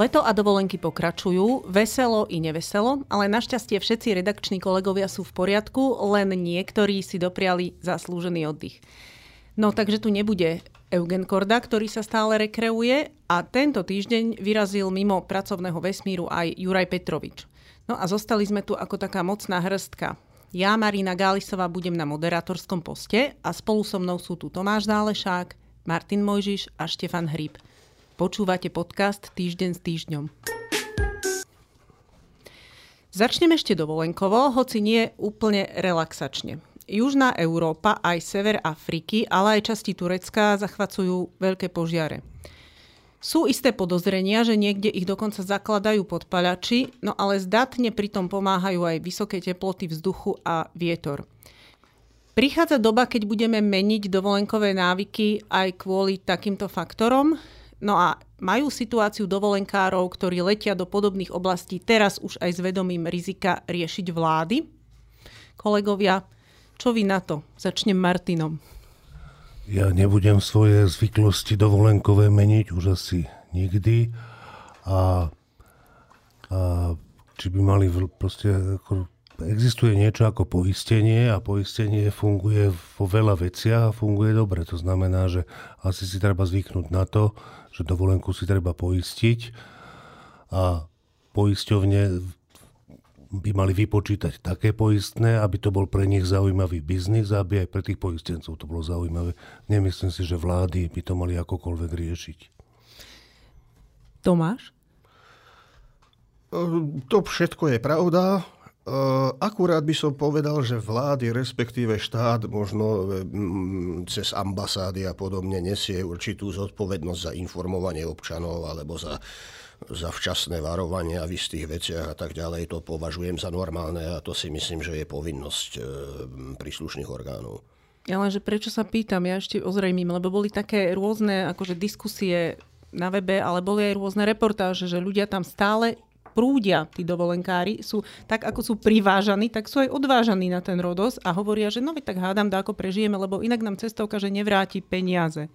Leto a dovolenky pokračujú, veselo i neveselo, ale našťastie všetci redakční kolegovia sú v poriadku, len niektorí si dopriali zaslúžený oddych. No takže tu nebude Eugen Korda, ktorý sa stále rekreuje, a tento týždeň vyrazil mimo pracovného vesmíru aj Juraj Petrovič. No a zostali sme tu ako taká mocná hrstka. Ja, Marina Gálisová, budem na moderátorskom poste a spolu so mnou sú tu Tomáš Zálešák, Martin Mojžiš a Štefan Hríb. Počúvate podcast Týždeň s týždňom. Začnem ešte dovolenkovo, hoci nie úplne relaxačne. Južná Európa, aj sever Afriky, ale aj časti Turecka zachvacujú veľké požiare. Sú isté podozrenia, že niekde ich dokonca zakladajú podpaľači, no ale zdatne pritom pomáhajú aj vysoké teploty vzduchu a vietor. Prichádza doba, keď budeme meniť dovolenkové návyky aj kvôli takýmto faktorom. No a majú situáciu dovolenkárov, ktorí letia do podobných oblastí teraz už aj s vedomím rizika riešiť vlády? Kolegovia, čo vy na to? Začnem Martinom. Ja nebudem svoje zvyklosti dovolenkové meniť už asi nikdy. A či by mali proste... Existuje niečo ako poistenie a poistenie funguje vo veľa veciach a funguje dobre. To znamená, že asi si treba zvyknúť na to, že dovolenku si treba poistiť a poisťovne by mali vypočítať také poistné, aby to bol pre nich zaujímavý biznis, aby aj pre tých poistencov to bolo zaujímavé. Nemyslím si, že vlády by to mali akokoľvek riešiť. Tomáš? To všetko je pravda. Akurát by som povedal, že vlády, respektíve štát, možno cez ambasády a podobne nesie určitú zodpovednosť za informovanie občanov alebo za včasné varovanie v istých veciach a tak ďalej. To považujem za normálne a to si myslím, že je povinnosť príslušných orgánov. Ja lenže prečo sa pýtam, ja ešte ozrejmím, lebo boli také rôzne akože diskusie na webe, ale boli aj rôzne reportáže, že ľudia tam stále prúdia, tí dovolenkári, sú tak, ako sú privážaní, tak sú aj odvážaní na ten Rodos a hovoria, že no tak hádam, ako prežijeme, lebo inak nám cestovka, že nevráti peniaze.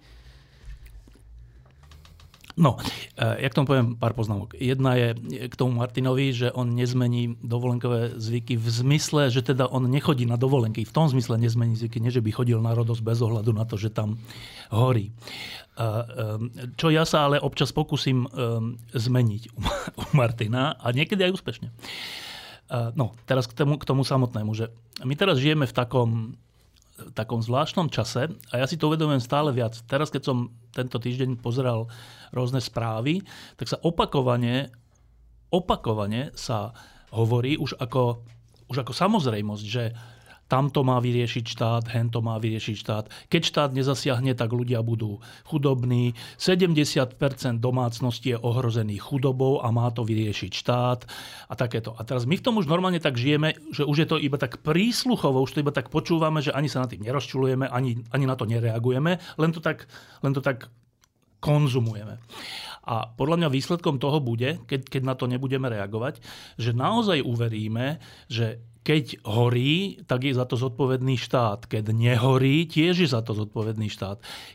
No, ja k tomu poviem pár poznámok. Jedna je k tomu Martinovi, že on nezmení dovolenkové zvyky v zmysle, že teda on nechodí na dovolenky. V tom zmysle nezmení zvyky, nie že by chodil na Rodos bez ohľadu na to, že tam horí. Čo ja sa ale občas pokúsim zmeniť u Martina a niekedy aj úspešne. No, teraz k tomu samotnému, že my teraz žijeme v takom zvláštnom čase a ja si to uvedomujem stále viac. Teraz, keď som tento týždeň pozeral rôzne správy, tak sa opakovane sa hovorí už ako samozrejmosť, že tamto má vyriešiť štát, hento má vyriešiť štát. Keď štát nezasiahne, tak ľudia budú chudobní. 70% domácností je ohrozených chudobou a má to vyriešiť štát a takéto. A teraz my v tom už normálne tak žijeme, že už je to iba tak prísluchovo, už to iba tak počúvame, že ani sa na tým nerozčuľujeme, ani na to nereagujeme, len to tak konzumujeme. A podľa mňa výsledkom toho bude, keď na to nebudeme reagovať, že naozaj uveríme, že keď horí, tak je za to zodpovedný štát. Keď nehorí, tiež je za to zodpovedný štát.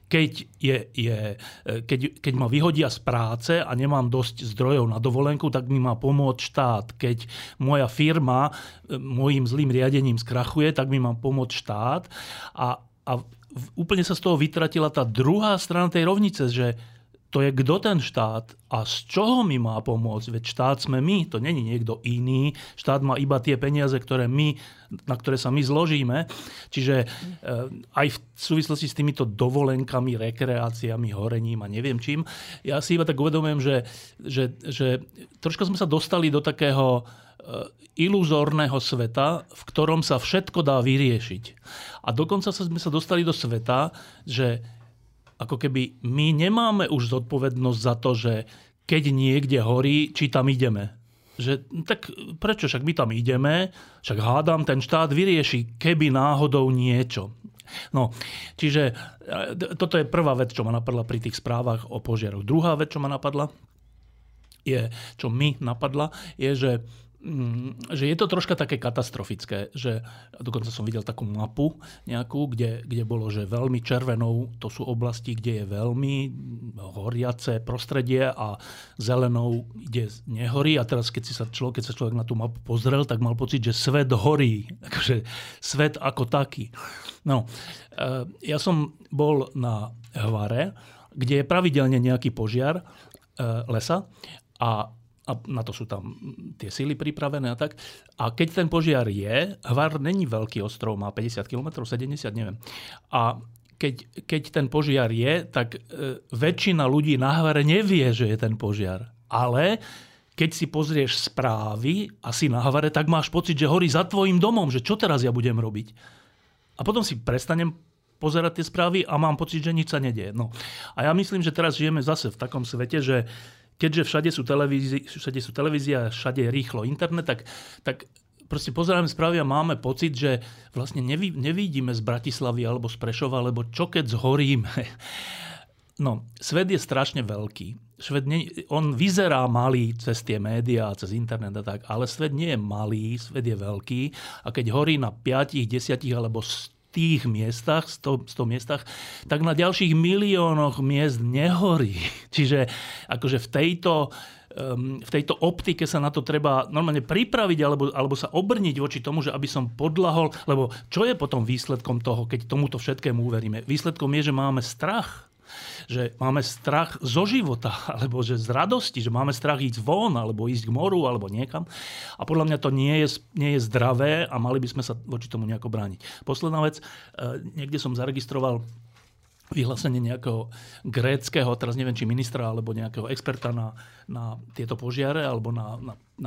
Keď ma vyhodia z práce a nemám dosť zdrojov na dovolenku, tak mi má pomôcť štát. Keď moja firma môjim zlým riadením skrachuje, tak mi má pomôcť štát. A úplne sa z toho vytratila tá druhá strana tej rovnice, že to je kto ten štát a z čoho mi má pomôcť? Veď štát sme my, to není niekto iný. Štát má iba tie peniaze, na ktoré sa my zložíme. Čiže aj v súvislosti s týmito dovolenkami, rekreáciami, horením a neviem čím, ja si iba tak uvedomujem, že troška sme sa dostali do takého iluzórneho sveta, v ktorom sa všetko dá vyriešiť. A dokonca sme sa dostali do sveta, že ako keby my nemáme už zodpovednosť za to, že keď niekde horí, či tam ideme. Že, tak prečo? Však my tam ideme, však hádam, ten štát vyrieši, keby náhodou niečo. No, čiže toto je prvá vec, čo ma napadla pri tých správach o požiaroch. Druhá vec, čo ma napadla, je, že že je to troška také katastrofické, že dokonca som videl takú mapu nejakú, kde bolo, že veľmi červenou to sú oblasti, kde je veľmi horiace prostredie a zelenou kde nehorí. A teraz, keď sa človek na tú mapu pozrel, tak mal pocit, že svet horí. Akože svet ako taký. No, ja som bol na Hvare, kde je pravidelne nejaký požiar lesa a na to sú tam tie sily pripravené a tak. A keď ten požiar je, Hvar není veľký ostrov, má 50 km, 70, neviem. A keď ten požiar je, tak väčšina ľudí na Hvare nevie, že je ten požiar. Ale keď si pozrieš správy a si na Hvare, tak máš pocit, že horí za tvojim domom, že čo teraz ja budem robiť. A potom si prestanem pozerať tie správy a mám pocit, že nič sa nedieje. No. A ja myslím, že teraz žijeme zase v takom svete, že keďže všade sú televízie a všade je rýchlo internet, tak proste pozeráme správy a máme pocit, že vlastne nevidíme z Bratislavy alebo z Prešova, lebo čo keď zhoríme. No, svet je strašne veľký. On vyzerá malý cez tie médiá, cez internet a tak, ale svet nie je malý, svet je veľký a keď horí na 5, 10 alebo 100 miestach, 100 miestach, tak na ďalších miliónoch miest nehorí. Čiže akože v tejto optike sa na to treba normálne pripraviť alebo sa obrniť voči tomu, že aby som podľahol, lebo čo je potom výsledkom toho, keď tomuto všetkému uveríme? Výsledkom je, že máme strach. Že máme strach zo života, alebo že z radosti, že máme strach ísť von, alebo ísť k moru, alebo niekam. A podľa mňa to nie je zdravé a mali by sme sa voči tomu nejako brániť. Posledná vec, niekde som zaregistroval vyhlásenie nejakého gréckeho, teraz neviem, či ministra, alebo nejakého experta na tieto požiare, alebo na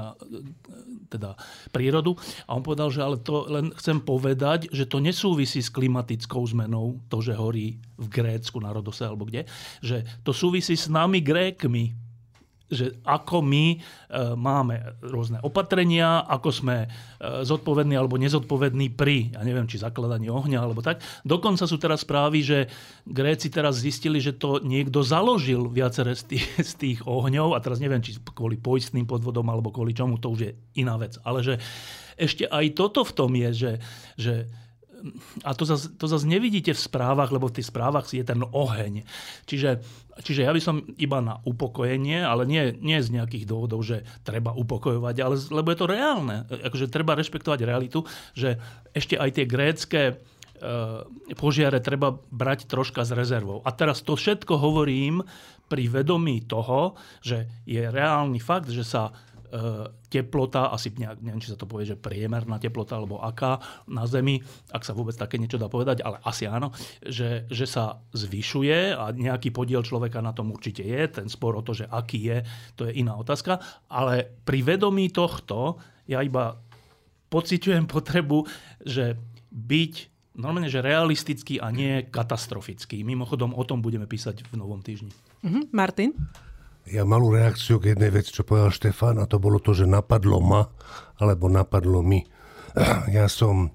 teda prírodu. A on povedal, že ale to len chcem povedať, že to nesúvisí s klimatickou zmenou, to, že horí v Grécku, na Rodose, alebo kde, že to súvisí s nami Grékmi. Že ako my máme rôzne opatrenia, ako sme zodpovední alebo nezodpovední pri, ja neviem, či zakladaní ohňa alebo tak. Dokonca sú teraz správy, že Gréci teraz zistili, že to niekto založil viaceré z tých ohňov a teraz neviem, či kvôli poistným podvodom alebo kvôli čomu, to už je iná vec. Ale že ešte aj toto v tom je, že a to zase nevidíte v správach, lebo v tých správach je ten oheň. Čiže ja by som iba na upokojenie, ale nie z nejakých dôvodov, že treba upokojovať, ale lebo je to reálne. Akože treba rešpektovať realitu, že ešte aj tie grécke požiare treba brať troška s rezervou. A teraz to všetko hovorím pri vedomí toho, že je reálny fakt, že sa teplota, asi neviem, či sa to povie, že priemerná teplota, alebo aká na Zemi, ak sa vôbec také niečo dá povedať, ale asi áno, že sa zvyšuje a nejaký podiel človeka na tom určite je. Ten spor o to, že aký je, to je iná otázka. Ale pri vedomí tohto ja iba pociťujem potrebu, že byť normálne, že realistický a nie katastrofický. Mimochodom, o tom budeme písať v Novom týždni. Martin? Ja malú reakciu k jednej veci, čo povedal Štefán, a to bolo to, že napadlo ma, alebo napadlo my. Ja som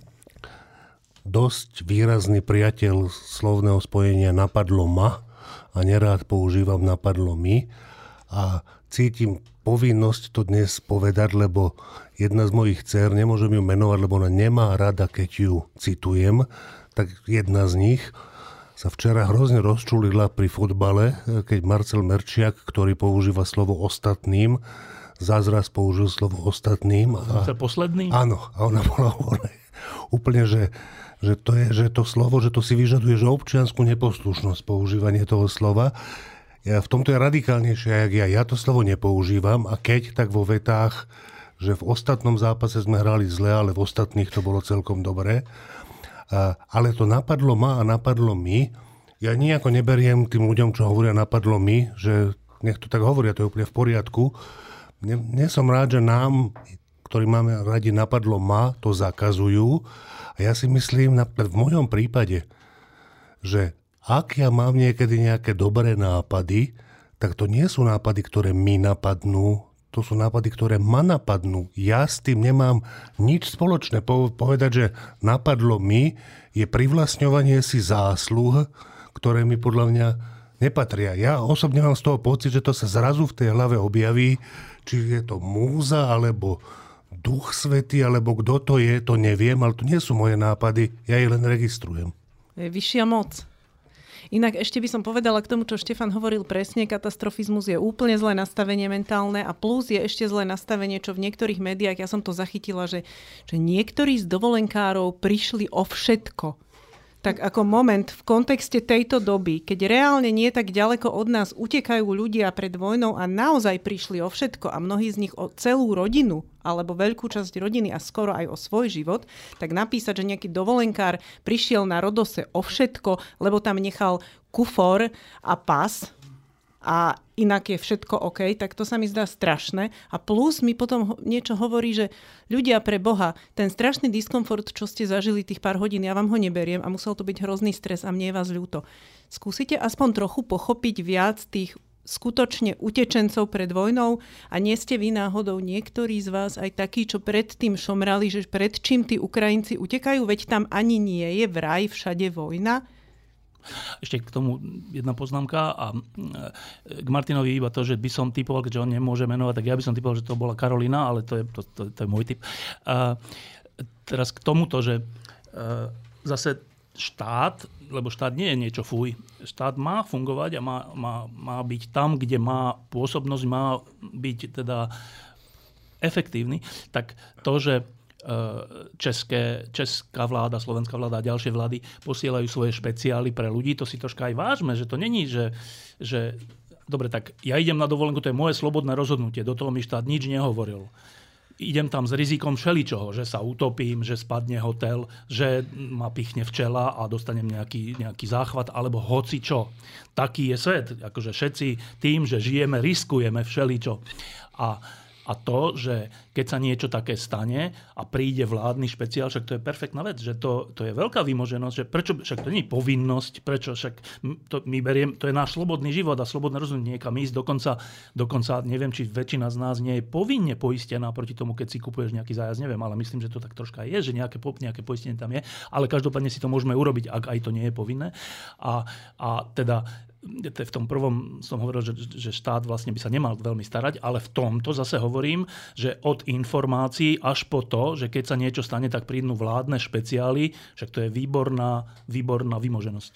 dosť výrazný priateľ slovného spojenia napadlo ma a nerád používam napadlo my. A cítim povinnosť to dnes povedať, lebo jedna z mojich dcér, nemôžem ju menovať, lebo ona nemá rada, keď ju citujem, tak jedna z nich sa včera hrozne rozčulila pri futbale, keď Marcel Merčiak, ktorý používa slovo ostatným, zázraz použil slovo ostatným. A posledný? Áno, a ona bola úplne, že to slovo, že to si vyžaduje, že občiansku neposlušnosť používanie toho slova. Ja v tomto je radikálnejšie, jak ja. Ja to slovo nepoužívam a keď, tak vo vetách, že v ostatnom zápase sme hrali zle, ale v ostatných to bolo celkom dobré. Ale to napadlo ma a napadlo my. Ja nijako neberiem tým ľuďom, čo hovoria napadlo my, že nech to tak hovoria, to je úplne v poriadku. Nie som rád, že nám, ktorí máme radi napadlo ma, to zakazujú. A ja si myslím, napríklad v mojom prípade, že ak ja mám niekedy nejaké dobré nápady, tak to nie sú nápady, ktoré mi napadnú, to sú nápady, ktoré ma napadnú. Ja s tým nemám nič spoločné. Povedať, že napadlo mi, je privlastňovanie si zásluh, ktoré mi podľa mňa nepatria. Ja osobne mám z toho pocit, že to sa zrazu v tej hlave objaví, či je to múza, alebo Duch Svätý, alebo kto to je, to neviem, ale to nie sú moje nápady, ja ich len registrujem. Je vyššia moc. Inak ešte by som povedala k tomu, čo Štefan hovoril presne, katastrofizmus je úplne zlé nastavenie mentálne a plus je ešte zlé nastavenie, čo v niektorých médiách, ja som to zachytila, že niektorí z dovolenkárov prišli o všetko. Tak ako moment v kontexte tejto doby, keď reálne nie tak ďaleko od nás utekajú ľudia pred vojnou a naozaj prišli o všetko a mnohí z nich o celú rodinu alebo veľkú časť rodiny a skoro aj o svoj život, tak napísať, že nejaký dovolenkár prišiel na Rodose o všetko, lebo tam nechal kufor a pas a inak je všetko OK, tak to sa mi zdá strašné. A plus mi potom niečo hovorí, že ľudia, pre Boha, ten strašný diskomfort, čo ste zažili tých pár hodín, ja vám ho neberiem a musel to byť hrozný stres a mne je vás ľúto. Skúsite aspoň trochu pochopiť viac tých skutočne utečencov pred vojnou a nie ste vy náhodou niektorí z vás aj takí, čo predtým šomrali, že pred čím tí Ukrajinci utekajú, veď tam ani nie je vraj všade vojna. Ešte k tomu jedna poznámka a k Martinovi iba to, že by som typoval, keďže on nemôže menovať, tak ja by som typoval, že to bola Karolina, ale to je môj typ. Teraz k tomuto, že zase štát, lebo štát nie je niečo fuj, štát má fungovať a má byť tam, kde má pôsobnosť, má byť teda efektívny, tak to, že česká vláda, slovenská vláda a ďalšie vlády posielajú svoje špeciály pre ľudí, to si troška aj vážme, že to není, že dobre, tak ja idem na dovolenku, to je moje slobodné rozhodnutie, do toho mi štát nič nehovoril. Idem tam s rizikom všeličoho, že sa utopím, že spadne hotel, že ma pichne včela a dostanem nejaký záchvat, alebo hoci čo. Taký je svet, akože všetci tým, že žijeme, riskujeme všeličo. A to, že keď sa niečo také stane a príde vládny špeciál, však to je perfektná vec, že to je veľká vymoženosť, že prečo, však to nie je povinnosť, prečo však to je náš slobodný život a slobodné rozhodnutie niekam ísť, dokonca neviem, či väčšina z nás nie je povinne poistená proti tomu, keď si kupuješ nejaký zájazd, neviem, ale myslím, že to tak troška je, že nejaké poistenie tam je, ale každopádne si to môžeme urobiť, ak aj to nie je povinné. A teda v tom prvom som hovoril, že štát vlastne by sa nemal veľmi starať, ale v tomto zase hovorím, že od informácií až po to, že keď sa niečo stane, tak prídnu vládne špeciály, však to je výborná vymoženosť.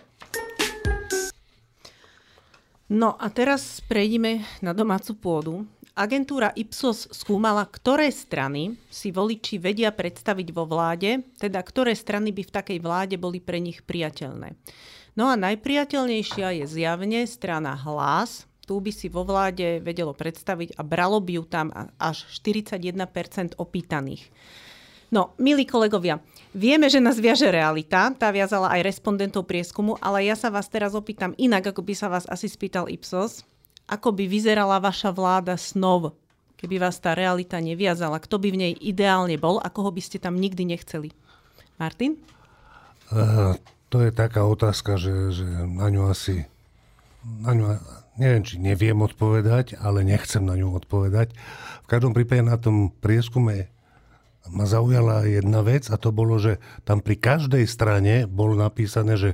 No a teraz prejdeme na domácu pôdu. Agentúra Ipsos skúmala, ktoré strany si voliči vedia predstaviť vo vláde, teda ktoré strany by v takej vláde boli pre nich priateľné. No a najpriateľnejšia je zjavne strana Hlas. Tu by si vo vláde vedelo predstaviť a bralo by ju tam až 41% opýtaných. No, milí kolegovia, vieme, že nás viaže realita. Tá viazala aj respondentov prieskumu, ale ja sa vás teraz opýtam inak, ako by sa vás asi spýtal Ipsos. Ako by vyzerala vaša vláda snov, keby vás tá realita neviazala? Kto by v nej ideálne bol a koho by ste tam nikdy nechceli? Martin? To je taká otázka, že na ňu neviem, či neviem odpovedať, ale nechcem na ňu odpovedať. V každom prípade na tom prieskume ma zaujala jedna vec a to bolo, že tam pri každej strane bolo napísané, že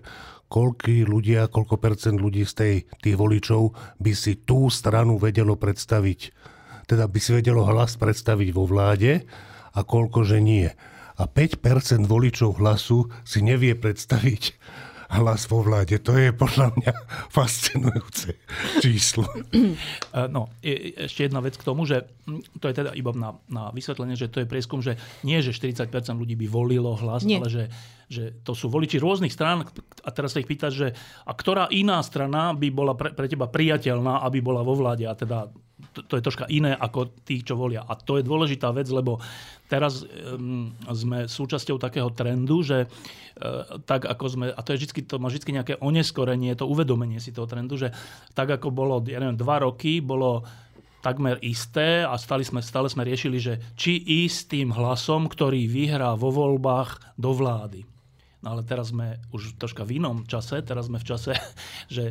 koľko percent ľudí z tých voličov by si tú stranu vedelo predstaviť. Teda by si vedelo Hlas predstaviť vo vláde a koľko, že nie. A 5% voličov Hlasu si nevie predstaviť Hlas vo vláde. To je podľa mňa fascinujúce číslo. No, ešte jedna vec k tomu, že to je teda iba na vysvetlenie, že to je prieskum, že nie, že 40% ľudí by volilo Hlas, nie. Ale že to sú voliči rôznych strán a teraz sa ich pýtať, že a ktorá iná strana by bola pre teba priateľná, aby bola vo vláde a teda to je troška iné ako tí, čo volia. A to je dôležitá vec, lebo teraz sme súčasťou takého trendu, že tak ako sme, a to má vždy nejaké oneskorenie, to uvedomenie si toho trendu, že tak ako bolo, 2 roky, bolo takmer isté a stále sme riešili, že či ísť tým Hlasom, ktorý vyhrá vo voľbách do vlády. No ale teraz sme už troška v inom čase. Teraz sme v čase, že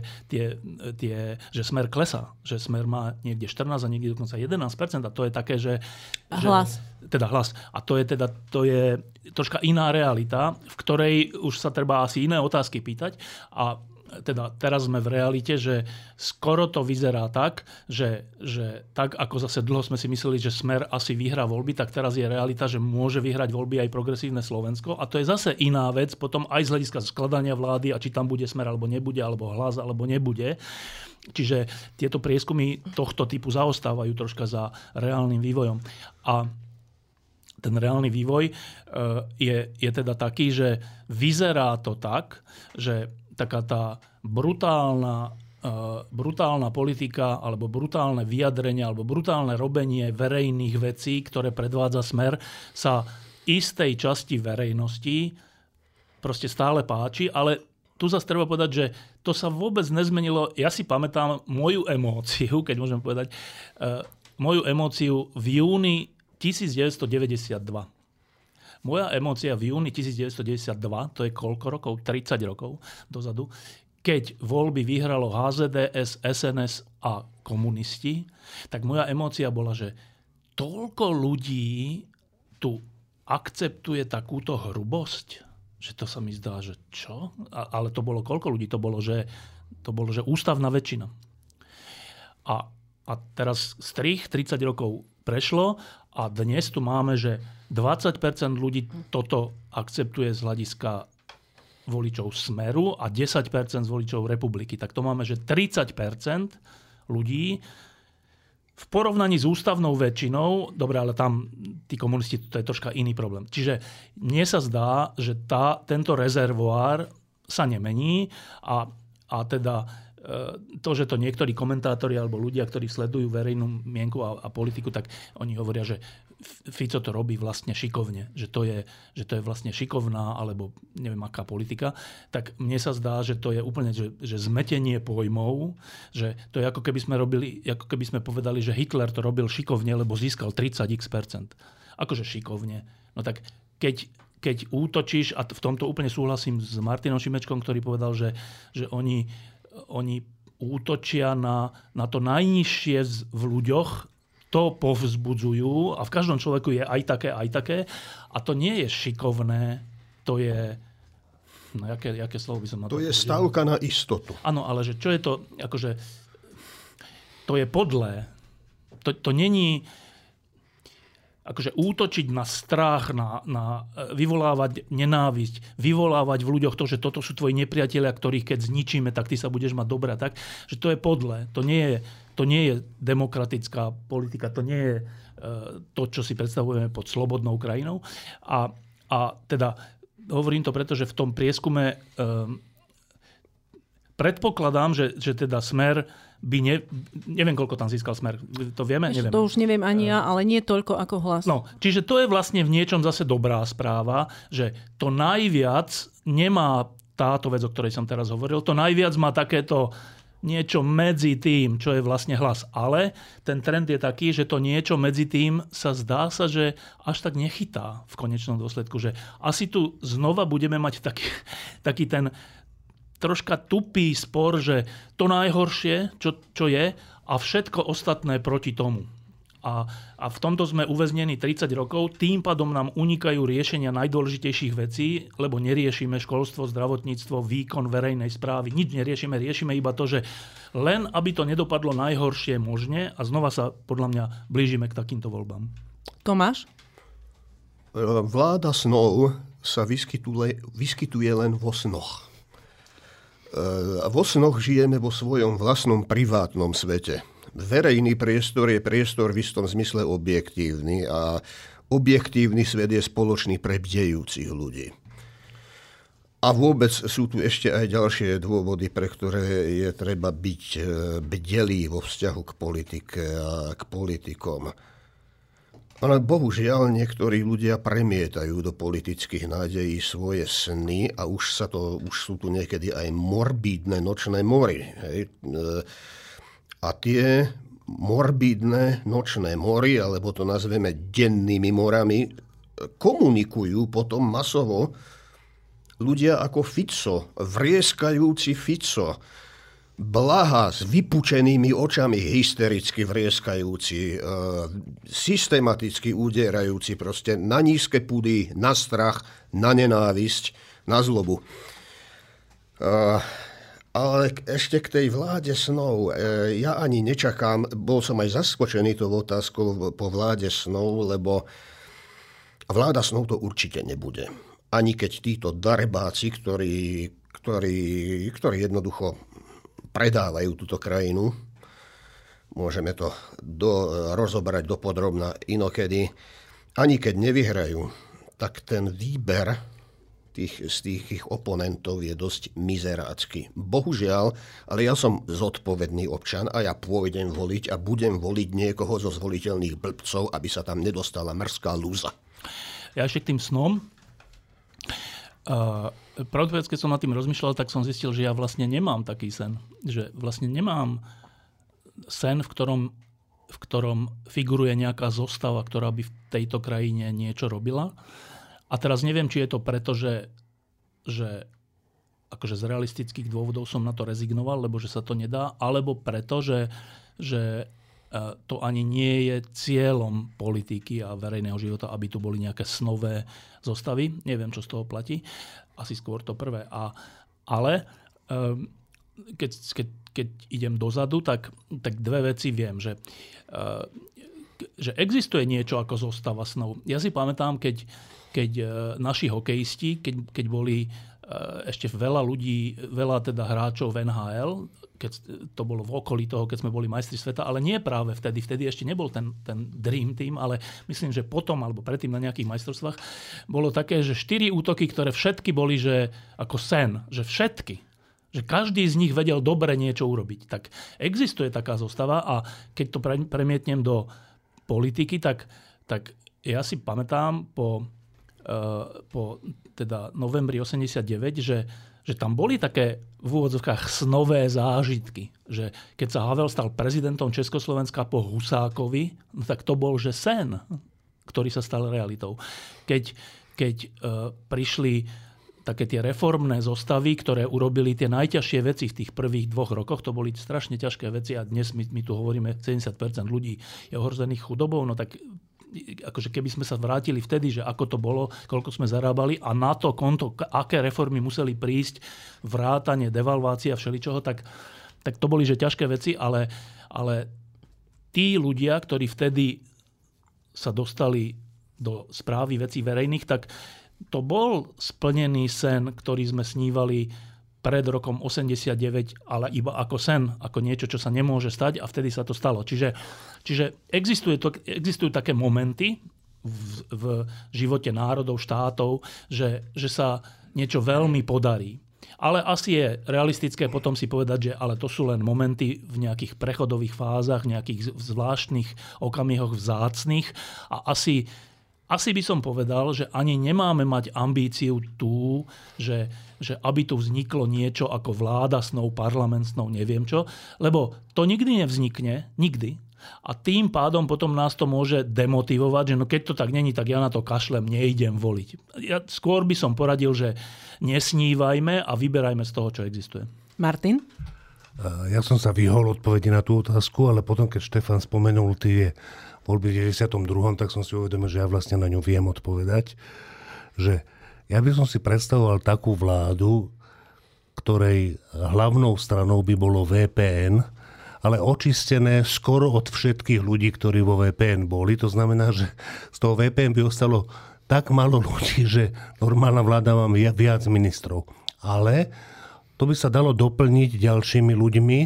že Smer klesá. Že Smer má niekde 14 a niekde dokonca 11%. A to je také, že Hlas. Teda Hlas. A to je troška iná realita, v ktorej už sa treba asi iné otázky pýtať. A teda teraz sme v realite, že skoro to vyzerá tak, že tak ako zase dlho sme si mysleli, že Smer asi vyhrá voľby, tak teraz je realita, že môže vyhrať voľby aj progresívne Slovensko. A to je zase iná vec, potom aj z hľadiska skladania vlády a či tam bude Smer alebo nebude, alebo Hlas alebo nebude. Čiže tieto prieskumy tohto typu zaostávajú troška za reálnym vývojom. A ten reálny vývoj je teda taký, že vyzerá to tak, že taká tá brutálna politika alebo brutálne vyjadrenie alebo brutálne robenie verejných vecí, ktoré predvádza Smer, sa istej časti verejnosti proste stále páči, ale tu zase treba povedať, že to sa vôbec nezmenilo. Ja si pamätám moju emóciu, keď môžem povedať, moju emóciu v júni 1992. Moja emócia v júni 1992, to je koľko rokov? 30 rokov dozadu, keď voľby vyhralo HZDS, SNS a komunisti, tak moja emócia bola, že toľko ľudí tu akceptuje takúto hrubosť, že to sa mi zdá, že čo? Ale to bolo koľko ľudí? To bolo, že ústavná väčšina. A teraz strich 30 rokov prešlo a dnes tu máme, že 20% ľudí toto akceptuje z hľadiska voličov Smeru a 10% z voličov Republiky. Tak to máme, že 30% ľudí v porovnaní s ústavnou väčšinou, dobre, ale tam tí komunisti, to je troška iný problém. Čiže mne sa zdá, že tento rezervoár sa nemení a teda to, že to niektorí komentátori alebo ľudia, ktorí sledujú verejnú mienku a politiku, tak oni hovoria, že Fico to robí vlastne šikovne, že to je vlastne šikovná alebo neviem aká politika, tak mne sa zdá, že to je úplne že zmetenie pojmov, že to je ako keby sme povedali, že Hitler to robil šikovne, lebo získal 30x%. Akože šikovne. No tak keď útočíš, a v tomto úplne súhlasím s Martinom Šimečkom, ktorý povedal, že oni útočia na to najnižšie v ľuďoch, to povzbudzujú a v každom človeku je aj také. A to nie je šikovné, to je... No, jaké slovo by som na to povedal? To je stavka na istotu. Áno, ale že čo je to? Akože, to je podlé. To není... Akože útočiť na strach, na vyvolávať nenávisť, vyvolávať v ľuďoch to, že toto sú tvoji nepriatelia, ktorých keď zničíme, tak ty sa budeš mať dobre. Tak, že to je podlé. To nie je demokratická politika. To nie je to, čo si predstavujeme pod slobodnou krajinou. A teda hovorím to preto, že v tom prieskume predpokladám, že teda Smer by neviem, koľko tam získal Smer. To vieme? Neviem. To už neviem ani ja, ale nie toľko ako Hlas. No, čiže to je vlastne v niečom zase dobrá správa, že to najviac nemá táto vec, o ktorej som teraz hovoril, to najviac má takéto niečo medzi tým, čo je vlastne Hlas. Ale ten trend je taký, že to niečo medzi tým sa zdá sa, že až tak nechytá v konečnom dôsledku. Že asi tu znova budeme mať taký ten troška tupý spor, že to najhoršie, čo je, a všetko ostatné proti tomu. A v tomto sme uväznení 30 rokov, tým pádom nám unikajú riešenia najdôležitejších vecí, lebo neriešime školstvo, zdravotníctvo, výkon verejnej správy, nič riešime iba to, že len aby to nedopadlo najhoršie možne a znova sa podľa mňa blížime k takýmto voľbám. Tomáš? Vláda snov sa vyskytuje len vo snoch. Vo snoch žijeme vo svojom vlastnom privátnom svete. Verejný priestor je priestor v istom zmysle objektívny a objektívny svet je spoločný pre bdejúcich ľudí. A vôbec sú tu ešte aj ďalšie dôvody, pre ktoré je treba byť bdelý vo vzťahu k politike a k politikom. Ale bohužiaľ niektorí ľudia premietajú do politických nádejí svoje sny a už sú tu niekedy aj morbídne nočné mory. Hej. A tie morbídne nočné mory, alebo to nazveme dennými morami, komunikujú potom masovo ľudia ako Fico, vrieskajúci Fico, Blaha s vypučenými očami, hystericky vrieskajúci, systematicky udierajúci proste na nízke pudy, na strach, na nenávisť, na zlobu. Ale ešte k tej vláde snov. Ja ani nečakám, bol som aj zaskočený tou otázkou po vláde snov, lebo vláda snov to určite nebude. Ani keď títo darebáci, ktorí jednoducho predávajú túto krajinu, môžeme to rozobrať dopodrobna inokedy, ani keď nevyhrajú, tak ten výber z tých ich oponentov je dosť mizerácky. Bohužiaľ, ale ja som zodpovedný občan a ja pôjdem voliť a budem voliť niekoho zo zvoliteľných blbcov, aby sa tam nedostala morská lúza. Ja ešte k tým snom. Pravdepodobne, keď som nad tým rozmýšľal, tak som zistil, že ja vlastne nemám taký sen. Že vlastne nemám sen, v ktorom figuruje nejaká zostava, ktorá by v tejto krajine niečo robila. A teraz neviem, či je to preto, že akože z realistických dôvodov som na to rezignoval, lebo že sa to nedá, alebo preto, že to ani nie je cieľom politiky a verejného života, aby tu boli nejaké snové zostavy. Neviem, čo z toho platí. Asi skôr to prvé. Ale keď idem dozadu, tak dve veci viem, že existuje niečo ako zostava snov. Ja si pamätám, keď naši hokejisti, keď boli ešte veľa teda hráčov v NHL, keď to bolo v okolí toho, keď sme boli majstri sveta, ale nie práve vtedy ešte nebol ten Dream Team, ale myslím, že potom alebo predtým na nejakých majstrovstvách bolo také, že 4 útoky, ktoré všetky boli, že ako sen, že všetky, že každý z nich vedel dobre niečo urobiť. Tak existuje taká zostava a keď to premietnem do politiky, tak ja si pamätám po teda novembri 89, že tam boli také v úvodzovkách snové zážitky. Že keď sa Havel stal prezidentom Československa po Husákovi, no tak to bol, že sen, ktorý sa stal realitou. Keď prišli také tie reformné zostavy, ktoré urobili tie najťažšie veci v tých prvých 2 rokoch, to boli strašne ťažké veci a dnes my tu hovoríme, 70% ľudí je ohrozených chudobou, no tak akože keby sme sa vrátili vtedy, že ako to bolo, koľko sme zarábali a na to konto, aké reformy museli prísť, vrátanie, devalvácia, všeličoho, tak to boli že ťažké veci, ale tí ľudia, ktorí vtedy sa dostali do správy vecí verejných, tak to bol splnený sen, ktorý sme snívali pred rokom 89, ale iba ako sen, ako niečo, čo sa nemôže stať a vtedy sa to stalo. Čiže existujú také momenty v živote národov, štátov, že sa niečo veľmi podarí. Ale asi je realistické potom si povedať, že ale to sú len momenty v nejakých prechodových fázach, nejakých zvláštnych okamihoch vzácnych a asi by som povedal, že ani nemáme mať ambíciu tú, že aby tu vzniklo niečo ako vláda snov, parlament snov, neviem čo, lebo to nikdy nevznikne, nikdy. A tým pádom potom nás to môže demotivovať, že no keď to tak není, tak ja na to kašlem, neidem voliť. Ja skôr by som poradil, že nesnívajme a vyberajme z toho, čo existuje. Martin? Ja som sa vyhol odpovedi na tú otázku, ale potom, keď Štefan spomenul tie voľby v 92., tak som si uvedomil, že ja vlastne na ňu viem odpovedať, že ja by som si predstavoval takú vládu, ktorej hlavnou stranou by bolo VPN, ale očistené skoro od všetkých ľudí, ktorí vo VPN boli. To znamená, že z toho VPN by ostalo tak málo ľudí, že normálna vláda má viac ministrov. Ale to by sa dalo doplniť ďalšími ľuďmi,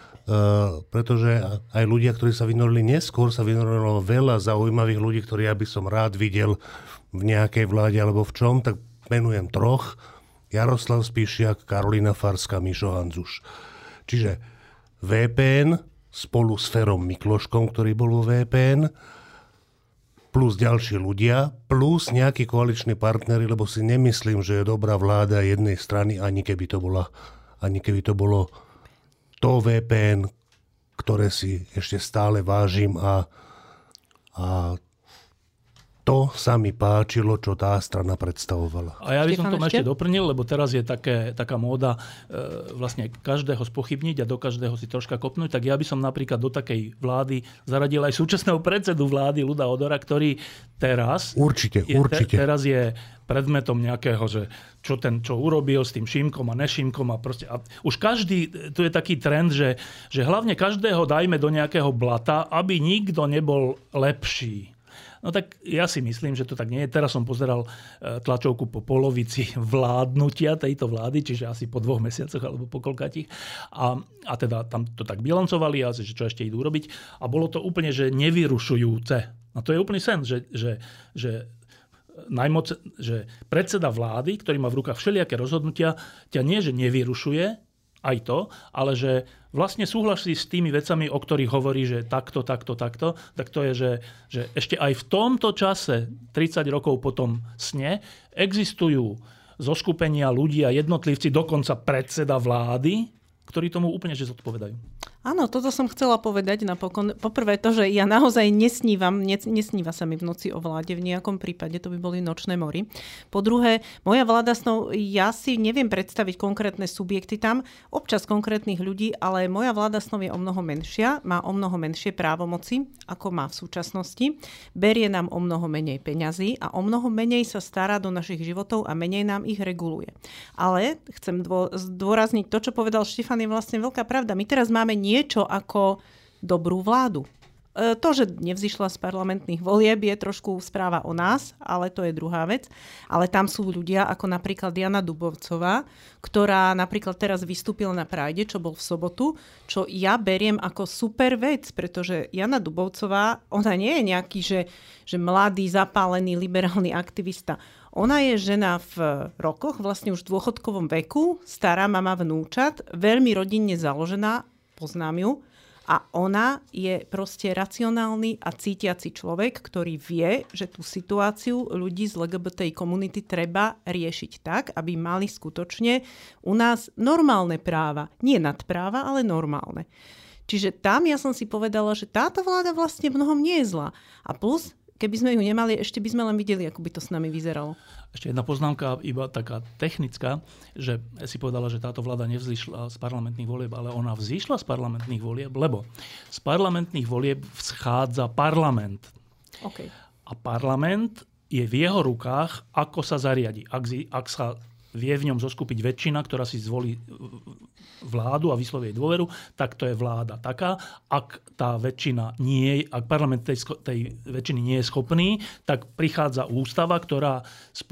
pretože aj ľudia, ktorí sa vynorili neskôr, sa vynorilo veľa zaujímavých ľudí, ktorí ja by som rád videl v nejakej vláde alebo v čom, tak menujem 3. Jaroslav Spišiak, Karolína Farská, Mišo Hanzuš. Čiže VPN spolu s Ferom Mikloškom, ktorý bol vo VPN, plus ďalší ľudia, plus nejakí koaliční partneri, lebo si nemyslím, že je dobrá vláda jednej strany, ani keby to bolo to VPN, ktoré si ešte stále vážim a to sa mi páčilo, čo tá strana predstavovala. A ja by som to ešte doplnil, lebo teraz je taká móda vlastne každého spochybniť a do každého si troška kopnúť, tak ja by som napríklad do takej vlády zaradil aj súčasného predsedu vlády Ľuda Odora, ktorý teraz teraz je predmetom nejakého, že čo urobil s tým Šimkom a nešimkom a proste. A už každý, tu je taký trend, že hlavne každého dajme do nejakého blata, aby nikto nebol lepší. No tak ja si myslím, že to tak nie je. Teraz som pozeral tlačovku po polovici vládnutia tejto vlády, čiže asi po 2 mesiacoch alebo po koľkátich. A teda tam to tak bilancovali a že čo ešte idú robiť. A bolo to úplne, že nevyrušujúce. A to je úplný sen, že predseda vlády, ktorý má v rukách všelijaké rozhodnutia, ťa nie, že nevyrušuje, aj to, ale že vlastne súhlasí s tými vecami, o ktorých hovorí, že takto, tak to je, že ešte aj v tomto čase, 30 rokov po tom sne, existujú zoskupenia ľudí a jednotlivci, dokonca predseda vlády, ktorí tomu úplne že zodpovedajú. Áno, toto som chcela povedať napokon. Poprvé to, že ja naozaj nesníva sa mi v noci o vláde v nejakom prípade, to by boli nočné mory. Po druhé, moja vláda snov, ja si neviem predstaviť konkrétne subjekty tam, občas konkrétnych ľudí, ale moja vláda snov je o mnoho menšia, má o mnoho menšie právomoci, ako má v súčasnosti, berie nám o mnoho menej peňazí a o mnoho menej sa stará do našich životov a menej nám ich reguluje. Ale chcem zdôrazniť to, čo povedal Štefan, je vlastne veľká pravda. My teraz máme niečo ako dobrú vládu. To, že nevzýšla z parlamentných volieb, je trošku správa o nás, ale to je druhá vec. Ale tam sú ľudia, ako napríklad Jana Dubovcová, ktorá napríklad teraz vystúpila na Pride, čo bol v sobotu, čo ja beriem ako super vec, pretože Jana Dubovcová, ona nie je nejaký, že mladý, zapálený, liberálny aktivista. Ona je žena v rokoch, vlastne už v dôchodkovom veku, stará mama vnúčat, veľmi rodinne založená, poznám ju, a ona je proste racionálny a cítiaci človek, ktorý vie, že tú situáciu ľudí z LGBTI komunity treba riešiť tak, aby mali skutočne u nás normálne práva. Nie nadpráva, ale normálne. Čiže tam ja som si povedala, že táto vláda vlastne v mnohom nie je zlá. A plus, keby sme ju nemali, ešte by sme len videli, ako by to s nami vyzeralo. Ešte jedna poznámka, iba taká technická, že si povedala, že táto vláda nevzýšla z parlamentných volieb, ale ona vzýšla z parlamentných volieb, lebo z parlamentných volieb vzchádza parlament. Okay. A parlament je v jeho rukách, ako sa zariadi. Ak sa vie v ňom zoskupiť väčšina, ktorá si zvolí vládu a vysloví jej dôveru, tak to je vláda taká. Ak tá väčšina ak parlament tej väčšiny nie je schopný, tak prichádza ústava, ktorá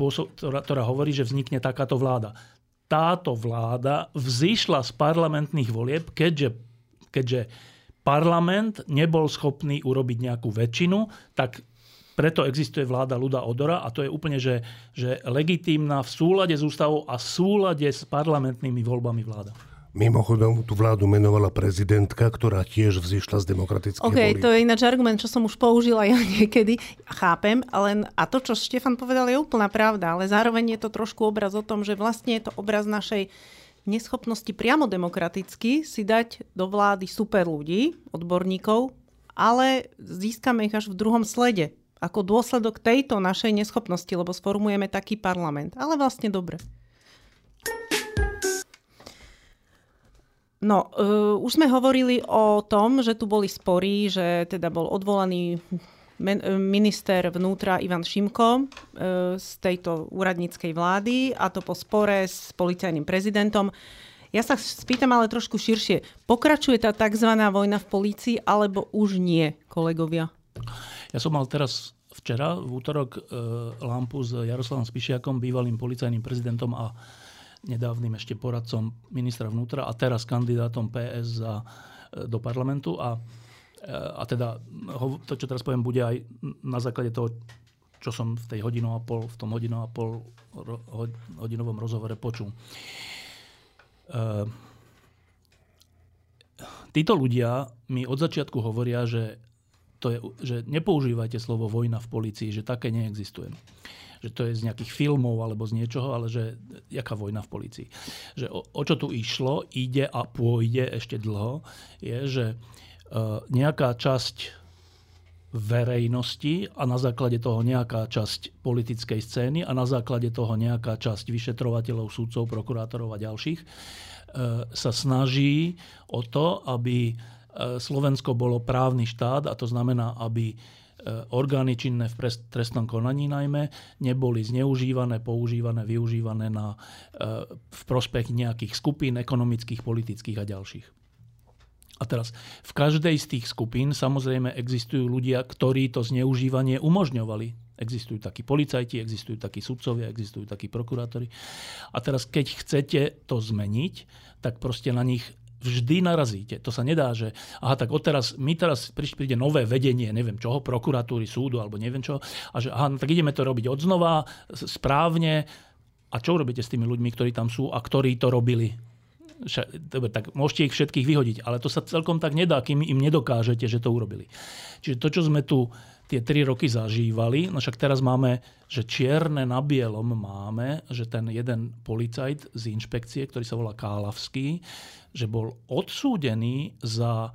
hovorí, že vznikne takáto vláda. Táto vláda vzýšla z parlamentných volieb, keďže parlament nebol schopný urobiť nejakú väčšinu, tak preto existuje vláda Ľuda Odora a to je úplne, že legitímna v súlade s ústavou a v súlade s parlamentnými voľbami vláda. Mimochodom, tú vládu menovala prezidentka, ktorá tiež vzýšla z demokratických volieb. To je ináč argument, čo som už použila ja niekedy. Chápem, a to, čo Štefan povedal, je úplná pravda, ale zároveň je to trošku obraz o tom, že vlastne je to obraz našej neschopnosti priamo demokraticky si dať do vlády super ľudí, odborníkov, ale získame ich až v druhom slede. Ako dôsledok tejto našej neschopnosti, lebo sformujeme taký parlament. Ale vlastne dobre. No, už sme hovorili o tom, že tu boli spory, že teda bol odvolaný minister vnútra Ivan Šimko z tejto úradníckej vlády, a to po spore s policajným prezidentom. Ja sa spýtam ale trošku širšie. Pokračuje tá tzv. Vojna v polícii, alebo už nie, kolegovia? Ja som mal teraz včera, v útorok, lampu s Jaroslavom Spišiakom, bývalým policajným prezidentom a nedávnym ešte poradcom ministra vnútra a teraz kandidátom PS do parlamentu. A teda to, čo teraz poviem, bude aj na základe toho, čo som v tej tom hodinu a pol hodinovom rozhovore počul. Títo ľudia mi od začiatku hovoria, že nepoužívajte slovo vojna v polícii, že také neexistuje. Že to je z nejakých filmov alebo z niečoho, ale že jaká vojna v polícii. Že o čo tu išlo, ide a pôjde ešte dlho, je, že nejaká časť verejnosti a na základe toho nejaká časť politickej scény a na základe toho nejaká časť vyšetrovateľov, súdcov, prokurátorov a ďalších sa snaží o to, aby Slovensko bolo právny štát, a to znamená, aby orgány činné v trestnom konaní najmä neboli zneužívané, používané, využívané v prospech nejakých skupín ekonomických, politických a ďalších. A teraz v každej z tých skupín samozrejme existujú ľudia, ktorí to zneužívanie umožňovali. Existujú takí policajti, existujú takí sudcovia, existujú takí prokurátori. A teraz keď chcete to zmeniť, tak proste na nich vždy narazíte. To sa nedá, že tak teraz príde nové vedenie, neviem čoho, prokuratúry, súdu alebo neviem čo, a že tak ideme to robiť odznova, správne. A čo robíte s tými ľuďmi, ktorí tam sú a ktorí to robili? Dobre, tak môžete ich všetkých vyhodiť, ale to sa celkom tak nedá, kým im nedokážete, že to urobili. Čiže to, čo sme tu tie 3 roky zažívali, no však teraz máme, že čierne na bielom máme, že ten jeden policajt z inšpekcie, ktorý sa volá Kálavský, že bol odsúdený za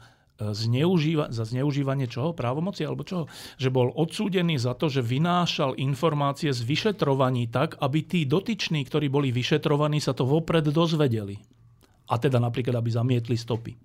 zneužívanie čoho? Právomoci alebo čoho? Že bol odsúdený za to, že vynášal informácie z vyšetrovaní tak, aby tí dotyční, ktorí boli vyšetrovaní, sa to vopred dozvedeli. A teda napríklad, aby zamietli stopy.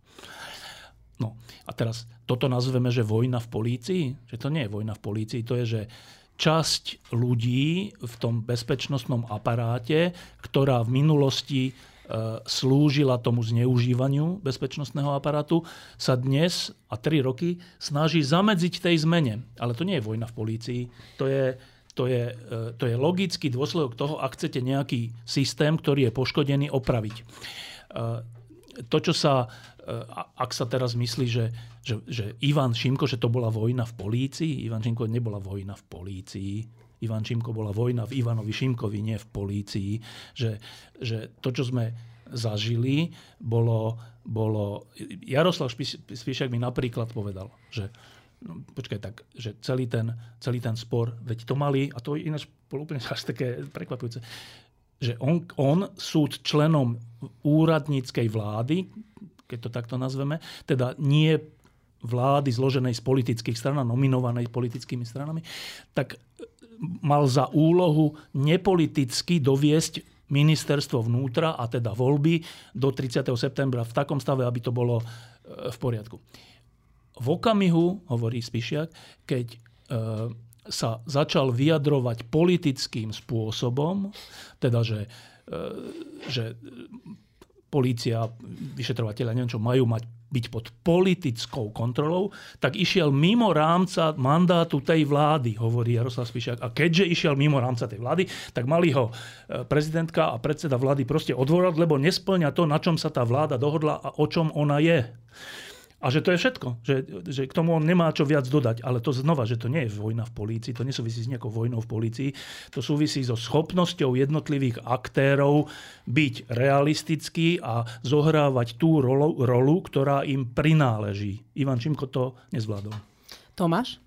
No a teraz toto nazveme, že vojna v polícii? Že to nie je vojna v polícii, to je, že časť ľudí v tom bezpečnostnom aparáte, ktorá v minulosti slúžila tomu zneužívaniu bezpečnostného aparátu, sa dnes a 3 roky snaží zamedziť tej zmene. Ale to nie je vojna v polícii, to je logický dôsledok toho, ak chcete nejaký systém, ktorý je poškodený, opraviť. To, čo sa, ak sa teraz myslí, že Ivan Šimko, že to bola vojna v polícii, Ivan Šimko nebola vojna v polícii. Ivan Šimko bola vojna v Ivanovi Šimkovi, nie v polícii. Že to, čo sme zažili, bolo Jaroslav Spišiak mi napríklad povedal, že že celý ten spor, veď to mali, a to ináč bolo úplne až také prekvapujúce, že on súd členom úradníckej vlády, keď to takto nazveme, teda nie vlády zloženej z politických stran a nominovanej politickými stranami, tak mal za úlohu nepoliticky doviesť ministerstvo vnútra a teda voľby do 30. septembra v takom stave, aby to bolo v poriadku. V okamihu, hovorí Spišiak, keď sa začal vyjadrovať politickým spôsobom, teda, že polícia, vyšetrovateľia, neviem čo, majú byť pod politickou kontrolou, tak išiel mimo rámca mandátu tej vlády, hovorí Jaroslav Spišiak. A keďže išiel mimo rámca tej vlády, tak mali ho prezidentka a predseda vlády proste odvolať, lebo nespĺňa to, na čom sa tá vláda dohodla a o čom ona je. A že to je všetko, že k tomu on nemá čo viac dodať. Ale to znova, že to nie je vojna v polícii, to nesúvisí s nejakou vojnou v polícii, to súvisí so schopnosťou jednotlivých aktérov byť realistický a zohrávať tú rolu, ktorá im prináleží. Ivan Šimko to nezvládol. Tomáš?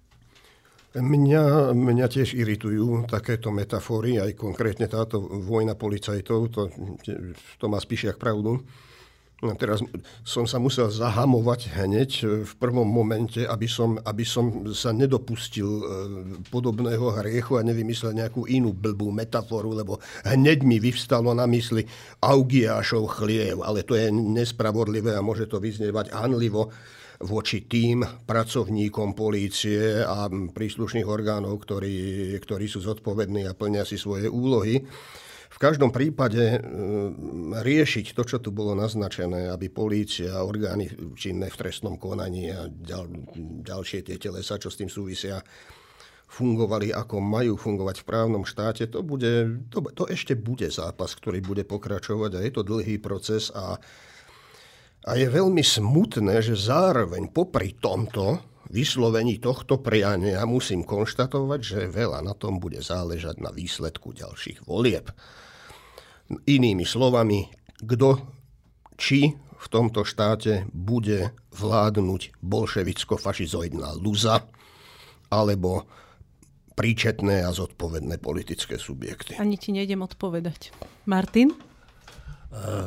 Mňa tiež iritujú takéto metafory, aj konkrétne táto vojna policajtov, to má Spišiak pravdu. No teraz som sa musel zahamovať hneď v prvom momente, aby som sa nedopustil podobného hriechu a nevymyslel nejakú inú blbú metaforu, lebo hneď mi vyvstalo na mysli Augiášov chliev, ale to je nespravodlivé a môže to vyznievať hanlivo voči tým pracovníkom polície a príslušných orgánov, ktorí sú zodpovední a plnia si svoje úlohy. V každom prípade riešiť to, čo tu bolo naznačené, aby polícia, orgány činné v trestnom konaní a ďalšie tie telesa, čo s tým súvisia, fungovali ako majú fungovať v právnom štáte, to ešte bude zápas, ktorý bude pokračovať a je to dlhý proces a je veľmi smutné, že zároveň popri tomto vyslovení tohto priania musím konštatovať, že veľa na tom bude záležať na výsledku ďalších volieb. Inými slovami, či v tomto štáte bude vládnuť bolševicko-fašizoidná luza alebo príčetné a zodpovedné politické subjekty. Ani ti nejdem odpovedať. Martin?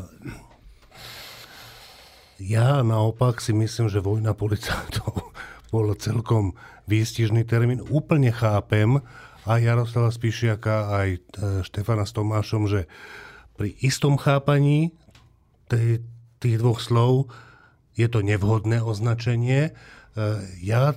Ja naopak si myslím, že vojna policajtov bol celkom výstižný termín. Úplne chápem aj Jaroslava Spišiaka, aj Štefana s Tomášom, že pri istom chápaní tých dvoch slov je to nevhodné označenie. Ja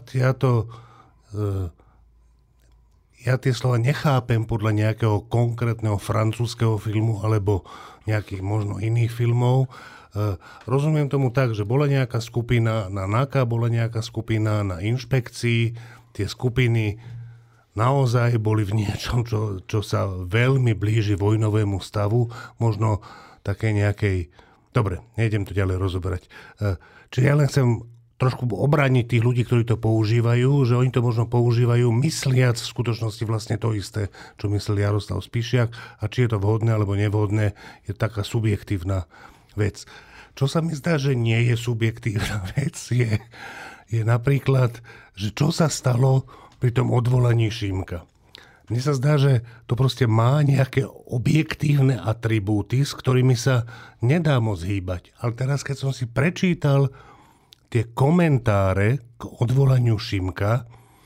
tie slova nechápem podľa nejakého konkrétneho francúzskeho filmu alebo nejakých možno iných filmov. Rozumiem tomu tak, že bola nejaká skupina na NAKA, bola nejaká skupina na inšpekcii. Tie skupiny naozaj boli v niečom, čo sa veľmi blíži vojnovému stavu. Možno také nejakej... Dobre, nejdem to ďalej rozoberať. Čiže ja len chcem trošku obrániť tých ľudí, ktorí to používajú, že oni to možno používajú mysliac v skutočnosti vlastne to isté, čo myslel Jaroslav Spišiak, a či je to vhodné alebo nevhodné, je taká subjektívna vec. Čo sa mi zdá, že nie je subjektívna vec, je napríklad, že čo sa stalo pri tom odvolaní Šimka. Mne sa zdá, že to proste má nejaké objektívne atribúty, s ktorými sa nedá moc hýbať. Ale teraz, keď som si prečítal tie komentáre k odvolaniu Šimka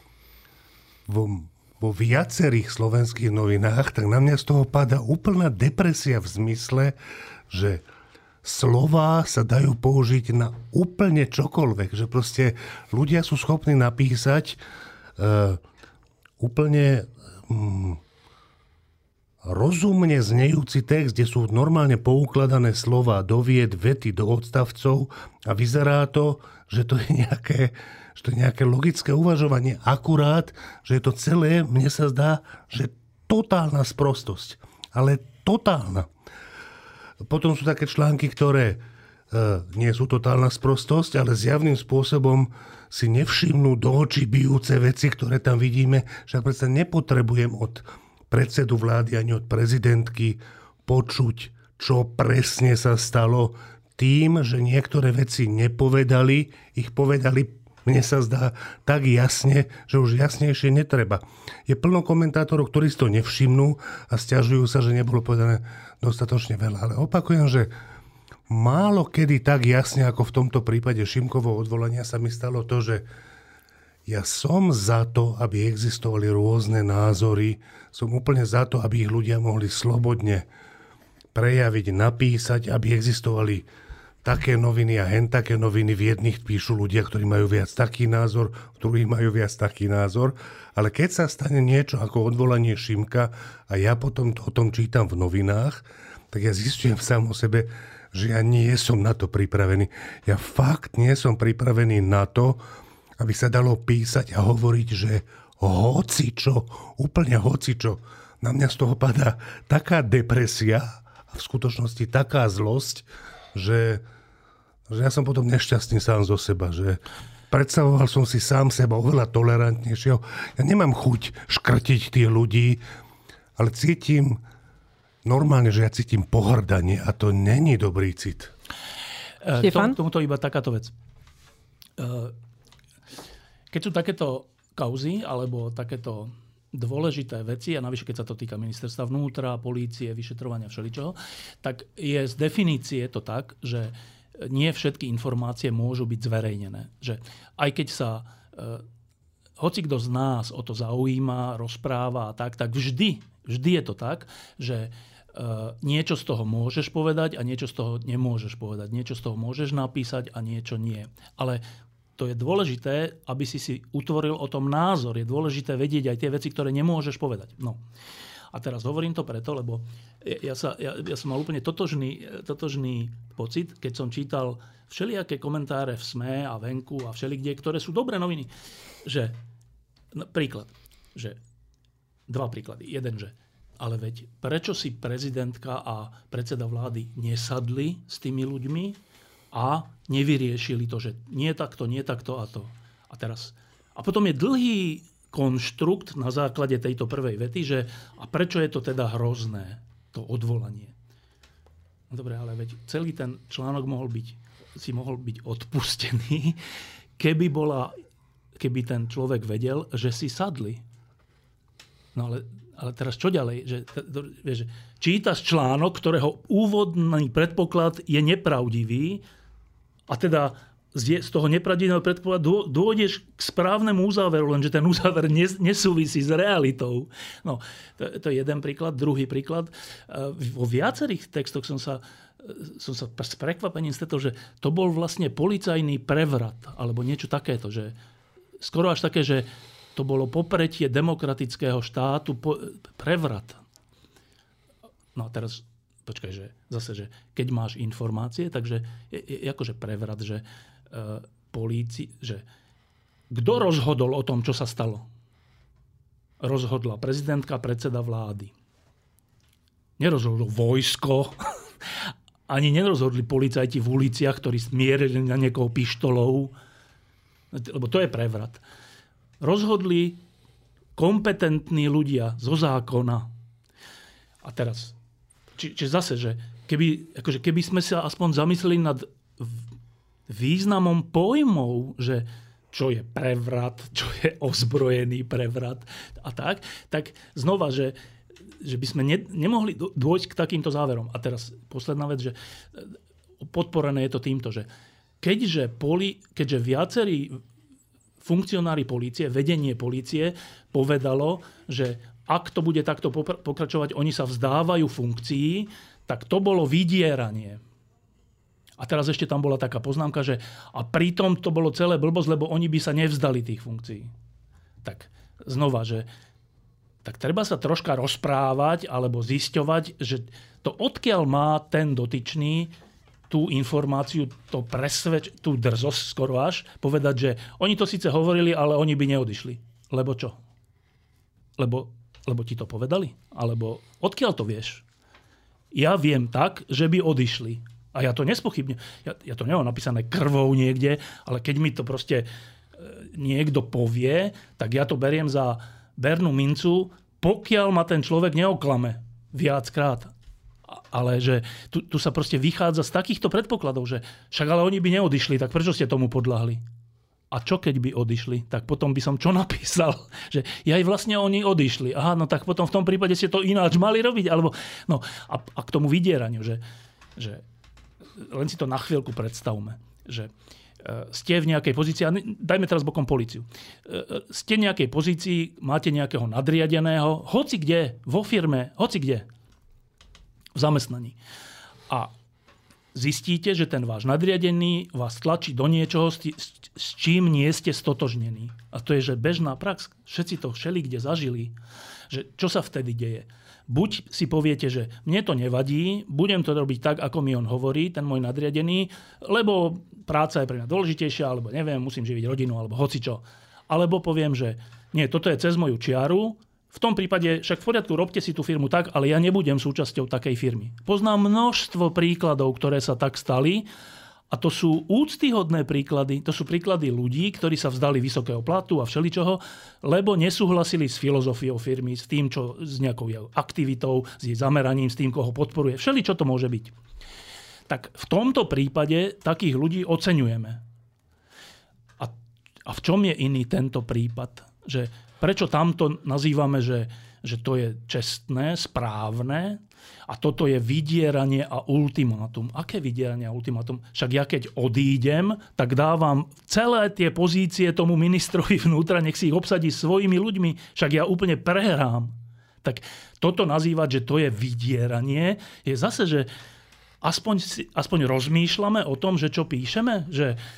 vo viacerých slovenských novinách, tak na mňa z toho padá úplná depresia v zmysle, že slová sa dajú použiť na úplne čokoľvek. Že proste ľudia sú schopní napísať úplne rozumne znejúci text, kde sú normálne poukladané slová do vied, vety, do odstavcov a vyzerá to, že to je nejaké logické uvažovanie. Akurát, že je to celé, mne sa zdá, že totálna sprostosť. Ale totálna. Potom sú také články, ktoré nie sú totálna sprostosť, ale zjavným spôsobom si nevšimnú do očí bijúce veci, ktoré tam vidíme, že predsa nepotrebujem od predsedu vlády ani od prezidentky počuť, čo presne sa stalo tým, že niektoré veci nepovedali, ich povedali, mne sa zdá, tak jasne, že už jasnejšie netreba. Je plno komentátorov, ktorí si to nevšimnú a sťažujú sa, že nebolo povedané dostatočne veľa. Ale opakujem, že málo kedy tak jasne, ako v tomto prípade Šimkovho odvolania, sa mi stalo to, že ja som za to, aby existovali rôzne názory, som úplne za to, aby ich ľudia mohli slobodne prejaviť, napísať, aby existovali také noviny a hen také noviny. V jedných píšu ľudia, ktorí majú viac taký názor, v druhých majú viac taký názor. Ale keď sa stane niečo ako odvolanie Šimka a ja potom o tom čítam v novinách, tak ja zistujem sám o sebe, že ja nie som na to pripravený. Ja fakt nie som pripravený na to, aby sa dalo písať a hovoriť, že hocičo, úplne hocičo. Na mňa z toho padá taká depresia a v skutočnosti taká zlosť, že ja som potom nešťastný sám zo seba, že predstavoval som si sám seba oveľa tolerantnejšieho. Ja nemám chuť škrtiť tých ľudí, ale cítim normálne, že ja cítim pohrdanie a to není dobrý cit. Tomuto iba takáto vec. Keď sú takéto kauzy alebo takéto dôležité veci, a navyše keď sa to týka ministerstva vnútra, polície, vyšetrovania všeličoho, tak je z definície to tak, že nie všetky informácie môžu byť zverejnené. Že aj keď sa hocikto z nás o to zaujíma, rozpráva a tak vždy je to tak, že niečo z toho môžeš povedať a niečo z toho nemôžeš povedať. Niečo z toho môžeš napísať a niečo nie. Ale to je dôležité, aby si utvoril o tom názor. Je dôležité vedieť aj tie veci, ktoré nemôžeš povedať. No. A teraz hovorím to preto, lebo ja som mal úplne totožný pocit, keď som čítal všelijaké komentáre v SME a Venku a všelikde, ktoré sú dobré noviny. Že, príklad, že dva príklady. Jeden, že ale veď prečo si prezidentka a predseda vlády nesadli s tými ľuďmi a nevyriešili to, že nie takto a to. A potom je dlhý konštrukt na základe tejto prvej vety, že a prečo je to teda hrozné, to odvolanie. No dobre, ale veď celý ten článok mohol byť odpustený, keby ten človek vedel, že si sadli. No ale teraz čo ďalej? Že čítaš článok, ktorého úvodný predpoklad je nepravdivý a teda z toho nepravdivého predpokladu dôjdeš k správnemu uzáveru, lenže ten uzáver nesúvisí s realitou. No, to je jeden príklad. Druhý príklad. Vo viacerých textoch som sa s prekvapením stretol, že to bol vlastne policajný prevrat, alebo niečo takéto, že skoro až také, že to bolo popretie demokratického štátu, prevrat. No a teraz počkaj, že zase, že keď máš informácie, takže je akože prevrat, že že kto rozhodol o tom, čo sa stalo? Rozhodla prezidentka, predseda vlády. Nerozhodlo vojsko, ani nerozhodli policajti v uliciach, ktorí smierili na niekoho pištolou, lebo to je prevrat. Rozhodli kompetentní ľudia zo zákona. A teraz, čiže zase, že keby sme sa aspoň zamysleli nad významom pojmov, že čo je prevrat, čo je ozbrojený prevrat a tak znova, že by sme nemohli dôjsť k takýmto záverom. A teraz posledná vec, že podporené je to týmto, že keďže viacerí funkcionári polície, vedenie polície povedalo, že ak to bude takto pokračovať, oni sa vzdávajú funkcií, tak to bolo vydieranie. A teraz ešte tam bola taká poznámka, že a pritom to bolo celé blbosť, lebo oni by sa nevzdali tých funkcií. Tak znova, že tak treba sa troška rozprávať alebo zisťovať, že to odkiaľ má ten dotyčný tú informáciu, tú drzosť skoro až, povedať, že oni to síce hovorili, ale oni by neodišli. Lebo čo? Lebo ti to povedali? Alebo odkiaľ to vieš? Ja viem tak, že by odišli. A ja to nespochybne. Ja to nemám napísané krvou niekde, ale keď mi to proste niekto povie, tak ja to beriem za bernú mincu, pokiaľ ma ten človek neoklame viackrát. Ale že tu sa proste vychádza z takýchto predpokladov, že však ale oni by neodišli, tak prečo ste tomu podľahli? A čo keď by odišli? Tak potom by som čo napísal? Že aj vlastne oni odišli. Aha, no tak potom v tom prípade ste to ináč mali robiť. Alebo, no, a k tomu vydieraniu, že len si to na chvíľku predstavme, že ste v nejakej pozícii, dajme teraz bokom políciu, ste v nejakej pozícii, máte nejakého nadriadeného, hoci kde, vo firme, hoci kde, v zamestnaní. A zistíte, že ten váš nadriadený vás tlačí do niečoho, s čím nie ste stotožnení. A to je, že bežná prax, všetci to všelikde zažili, že čo sa vtedy deje. Buď si poviete, že mne to nevadí, budem to robiť tak, ako mi on hovorí, ten môj nadriadený, lebo práca je pre mňa dôležitejšia, alebo neviem, musím živiť rodinu, alebo hocičo. Alebo poviem, že nie, toto je cez moju čiaru, v tom prípade však v poriadku, robte si tú firmu tak, ale ja nebudem súčasťou takej firmy. Poznám množstvo príkladov, ktoré sa tak stali, a to sú úctyhodné príklady, to sú príklady ľudí, ktorí sa vzdali vysokého platu a všeličoho, lebo nesúhlasili s filozofiou firmy, s tým, s nejakou jej aktivitou, s jej zameraním, s tým, koho podporuje. Všeličo to môže byť. Tak v tomto prípade takých ľudí oceňujeme. A v čom je iný tento prípad? Že prečo tamto nazývame, že to je čestné, správne, a toto je vydieranie a ultimátum. Aké vydieranie a ultimátum? Však ja keď odídem, tak dávam celé tie pozície tomu ministrovi vnútra, nech si ich obsadí svojimi ľuďmi. Však ja úplne prehrám. Tak toto nazývať, že to je vydieranie, je zase, že aspoň rozmýšľame o tom, že čo píšeme,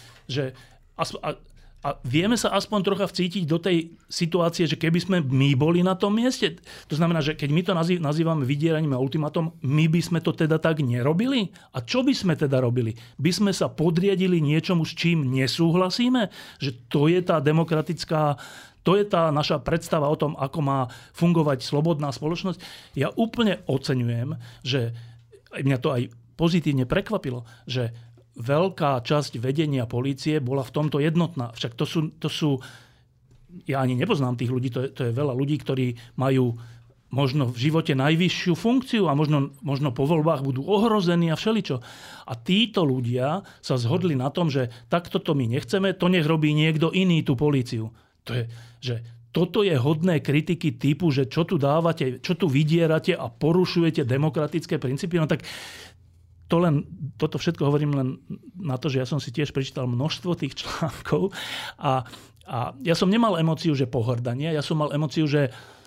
a vieme sa aspoň trocha vcítiť do tej situácie, že keby sme my boli na tom mieste. To znamená, že keď my to nazývame vydieraním a ultimátom, my by sme to teda tak nerobili? A čo by sme teda robili? By sme sa podriadili niečomu, s čím nesúhlasíme? Že to je tá demokratická, to je tá naša predstava o tom, ako má fungovať slobodná spoločnosť. Ja úplne oceňujem, že mňa to aj pozitívne prekvapilo, že veľká časť vedenia polície bola v tomto jednotná. Však to sú ja ani nepoznám tých ľudí, to je veľa ľudí, ktorí majú možno v živote najvyššiu funkciu a možno po voľbách budú ohrození a všeličo. A títo ľudia sa zhodli na tom, že takto to my nechceme, to nech robí niekto iný tú políciu. Toto je hodné kritiky typu, že čo tu dávate, čo tu vydierate a porušujete demokratické princípy. No tak toto všetko hovorím len na to, že ja som si tiež prečítal množstvo tých článkov a ja som nemal emóciu, že pohrdanie, ja som mal emóciu, že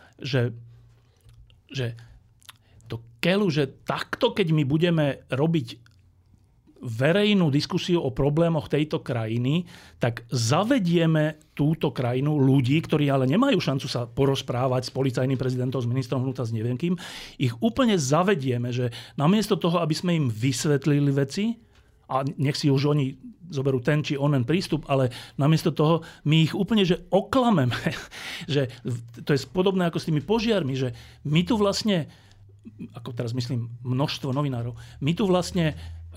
to keľu, že takto, keď my budeme robiť verejnú diskusiu o problémoch tejto krajiny, tak zavedieme túto krajinu ľudí, ktorí ale nemajú šancu sa porozprávať s policajným prezidentom, s ministrom vnútra, s neviem kým, ich úplne zavedieme, že namiesto toho, aby sme im vysvetlili veci, a nech si už oni zoberú ten či onen prístup, ale namiesto toho my ich úplne že oklameme. Že to je podobné ako s tými požiarmi, že my tu vlastne, ako teraz myslím množstvo novinárov, my tu vlastne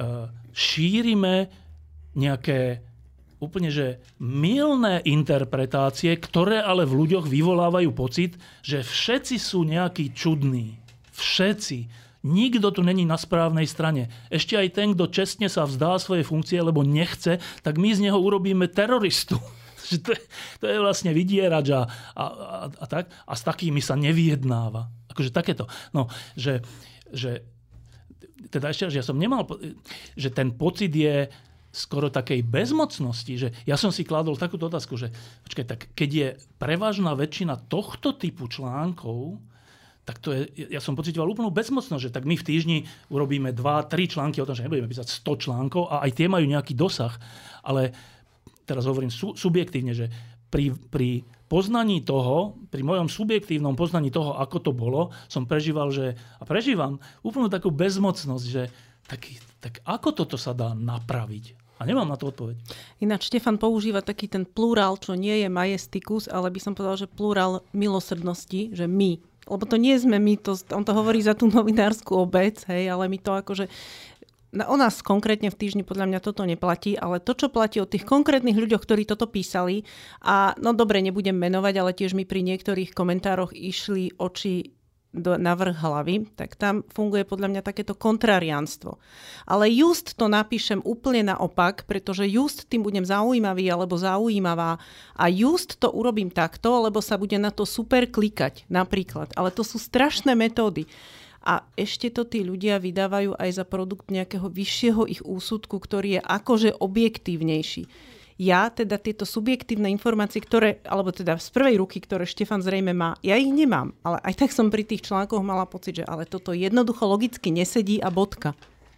šírime nejaké úplne že mylné interpretácie, ktoré ale v ľuďoch vyvolávajú pocit, že všetci sú nejakí čudní. Všetci. Nikto tu není na správnej strane. Ešte aj ten, kto čestne sa vzdá svojej funkcie, lebo nechce, tak my z neho urobíme teroristu. To je vlastne vydierač a tak. A s takými sa nevyjednáva. Akože takéto. No, že teda ešte raz, ja som nemal, že ten pocit je skoro takej bezmocnosti, že ja som si kládol takúto otázku, že počkaj, tak keď je prevažná väčšina tohto typu článkov, tak to je, ja som pocitoval úplnú bezmocnosť, že tak my v týždni urobíme 2-3 články o tom, že nebudeme písať 100 článkov a aj tie majú nejaký dosah, ale teraz hovorím subjektívne, že pri poznaní toho, pri mojom subjektívnom poznaní toho, ako to bolo, som prežíval, a prežívam úplnú takú bezmocnosť, že tak ako toto sa dá napraviť? A nemám na to odpoveď. Ináč Štefan používa taký ten plurál, čo nie je majestikus, ale by som povedal, že plurál milosrdnosti, že my. Lebo to nie sme my, on to hovorí za tú novinárskú obec, hej, ale my to akože... O nás konkrétne v týždni podľa mňa toto neplatí, ale to, čo platí o tých konkrétnych ľuďoch, ktorí toto písali, a no dobre, nebudem menovať, ale tiež mi pri niektorých komentároch išli oči na vrch hlavy, tak tam funguje podľa mňa takéto kontrariánstvo. Ale just to napíšem úplne naopak, pretože just tým budem zaujímavý alebo zaujímavá a just to urobím takto, lebo sa bude na to super klikať napríklad. Ale to sú strašné metódy. A ešte to tí ľudia vydávajú aj za produkt nejakého vyššieho ich úsudku, ktorý je akože objektívnejší. Ja teda tieto subjektívne informácie, alebo teda z prvej ruky, ktoré Štefan zrejme má, ja ich nemám. Ale aj tak som pri tých článkoch mala pocit, že ale toto jednoducho logicky nesedí a bodka.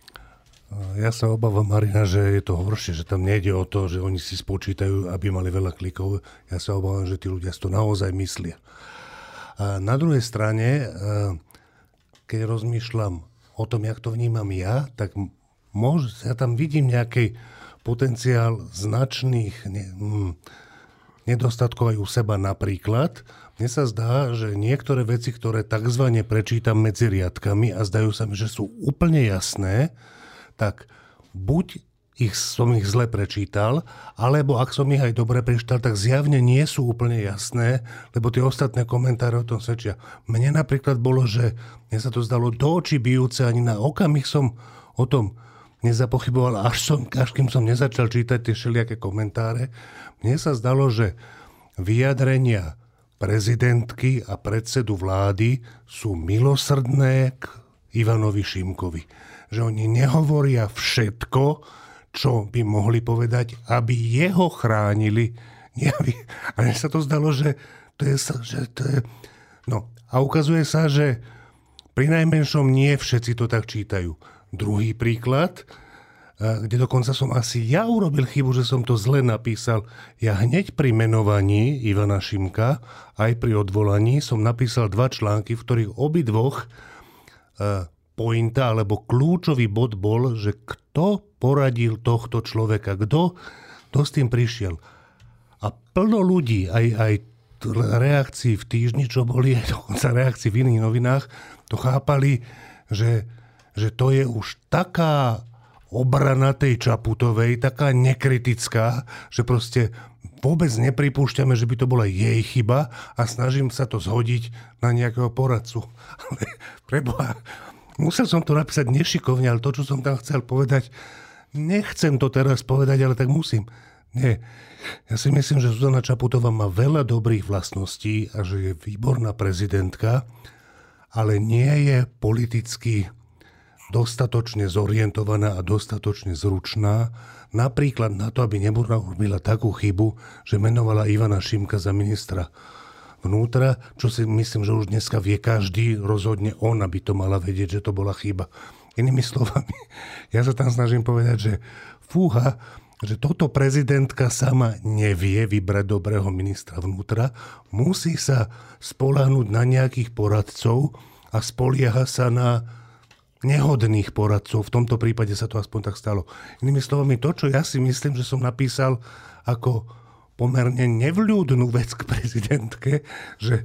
Ja sa obávam, Marina, že je to horšie, že tam nejde o to, že oni si spočítajú, aby mali veľa klikov. Ja sa obávam, že tí ľudia si to naozaj myslia. A na druhej strane... keď rozmýšľam o tom, jak to vnímam ja, tak ja tam vidím nejaký potenciál značných nedostatkov aj u seba. Napríklad, mne sa zdá, že niektoré veci, ktoré takzvané prečítam medzi riadkami a zdajú sa mi, že sú úplne jasné, tak buď som ich zle prečítal, alebo ak som ich aj dobre prečítal, tak zjavne nie sú úplne jasné, lebo tie ostatné komentáre o tom svedčia. Mne napríklad bolo, že mne sa to zdalo do očí bijúce, ani na okamih som o tom nezapochyboval, až kým som nezačal čítať tie všelijaké komentáre. Mne sa zdalo, že vyjadrenia prezidentky a predsedu vlády sú milosrdné k Ivanovi Šimkovi. Že oni nehovoria všetko, čo by mohli povedať, aby jeho chránili. A mne sa to zdalo, že to je... No, a ukazuje sa, že pri najmenšom nie všetci to tak čítajú. Druhý príklad, kde dokonca som asi ja urobil chybu, že som to zle napísal. Ja hneď pri menovaní Ivana Šimka, aj pri odvolaní, som napísal 2 články, v ktorých obidvoch pointa alebo kľúčový bod bol, že kto poradil tohto človeka, kto s tým prišiel. A plno ľudí, aj reakcií v týždni, čo boli, aj dokonca reakcií v iných novinách, to chápali, že to je už taká obrana tej Čaputovej, taká nekritická, že proste vôbec nepripúšťame, že by to bola jej chyba a snažím sa to zhodiť na nejakého poradcu. Ale preboha, musel som to napísať nešikovne, ale to, čo som tam chcel povedať, nechcem to teraz povedať, ale tak musím. Nie. Ja si myslím, že Zuzana Čaputová má veľa dobrých vlastností a že je výborná prezidentka, ale nie je politicky dostatočne zorientovaná a dostatočne zručná, napríklad na to, aby nerobila takú chybu, že menovala Ivana Šimka za ministra vnútra, čo si myslím, že už dneska vie každý, rozhodne ona by to mala vedieť, že to bola chyba. Inými slovami, ja sa tam snažím povedať, že fúha, že toto prezidentka sama nevie vybrať dobrého ministra vnútra, musí sa spoľahnúť na nejakých poradcov a spolieha sa na nehodných poradcov. V tomto prípade sa to aspoň tak stalo. Inými slovami, to, čo ja si myslím, že som napísal ako pomerne nevľúdnu vec k prezidentke, že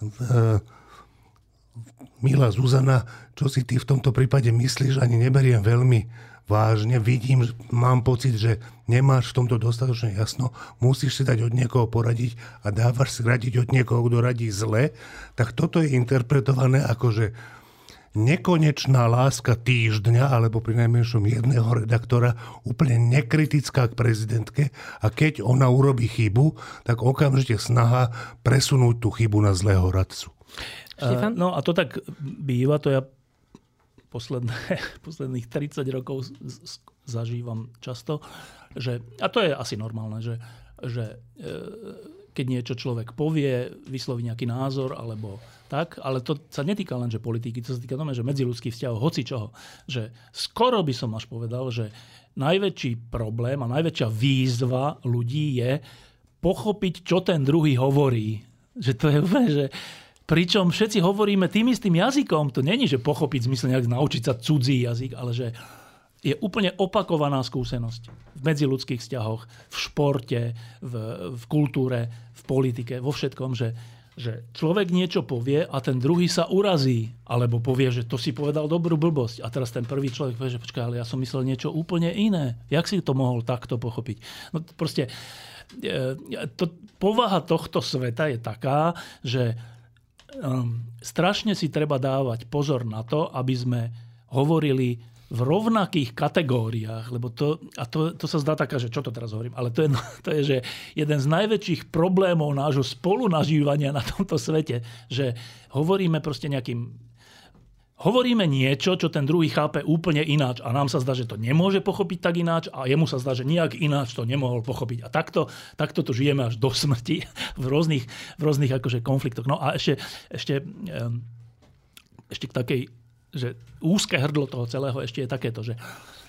milá Zuzana, čo si ty v tomto prípade myslíš, ani neberiem veľmi vážne, vidím, mám pocit, že nemáš v tomto dostatočne jasno, musíš si dať od niekoho poradiť a dávaš si radiť od niekoho, kto radí zle, tak toto je interpretované ako, že nekonečná láska týždňa, alebo prinajmenšom jedného redaktora, úplne nekritická k prezidentke a keď ona urobí chybu, tak okamžite snaha presunúť tú chybu na zlého radcu. No a to tak býva, to ja posledných 30 rokov zažívam často, že, a to je asi normálne, že keď niečo človek povie, vysloví nejaký názor, alebo tak, ale to sa netýka len, že politiky, to sa týka že medziľudských vzťahov, hoci čoho. Že skoro by som až povedal, že najväčší problém a najväčšia výzva ľudí je pochopiť, čo ten druhý hovorí. Že to je úplne, že pričom všetci hovoríme tým istým jazykom. To není, že pochopiť v zmysle nejak naučiť sa cudzí jazyk, ale že je úplne opakovaná skúsenosť v medziľudských vzťahoch, v športe, v kultúre, v politike, vo všetkom, že človek niečo povie a ten druhý sa urazí, alebo povie, že to si povedal dobrú blbosť. A teraz ten prvý človek povie, že počkaj, ale ja som myslel niečo úplne iné. Jak si to mohol takto pochopiť? No proste, povaha tohto sveta je taká, že strašne si treba dávať pozor na to, aby sme hovorili v rovnakých kategóriách, lebo to sa zdá taká, že čo to teraz hovorím, ale to je, že jeden z najväčších problémov nášho spolunažívania na tomto svete, že hovoríme niečo, čo ten druhý chápe úplne ináč a nám sa zdá, že to nemôže pochopiť tak ináč a jemu sa zdá, že nejak ináč to nemohol pochopiť. A takto to žijeme až do smrti v rôznych akože konfliktoch. No a ešte k takej, že úzke hrdlo toho celého ešte je takéto, že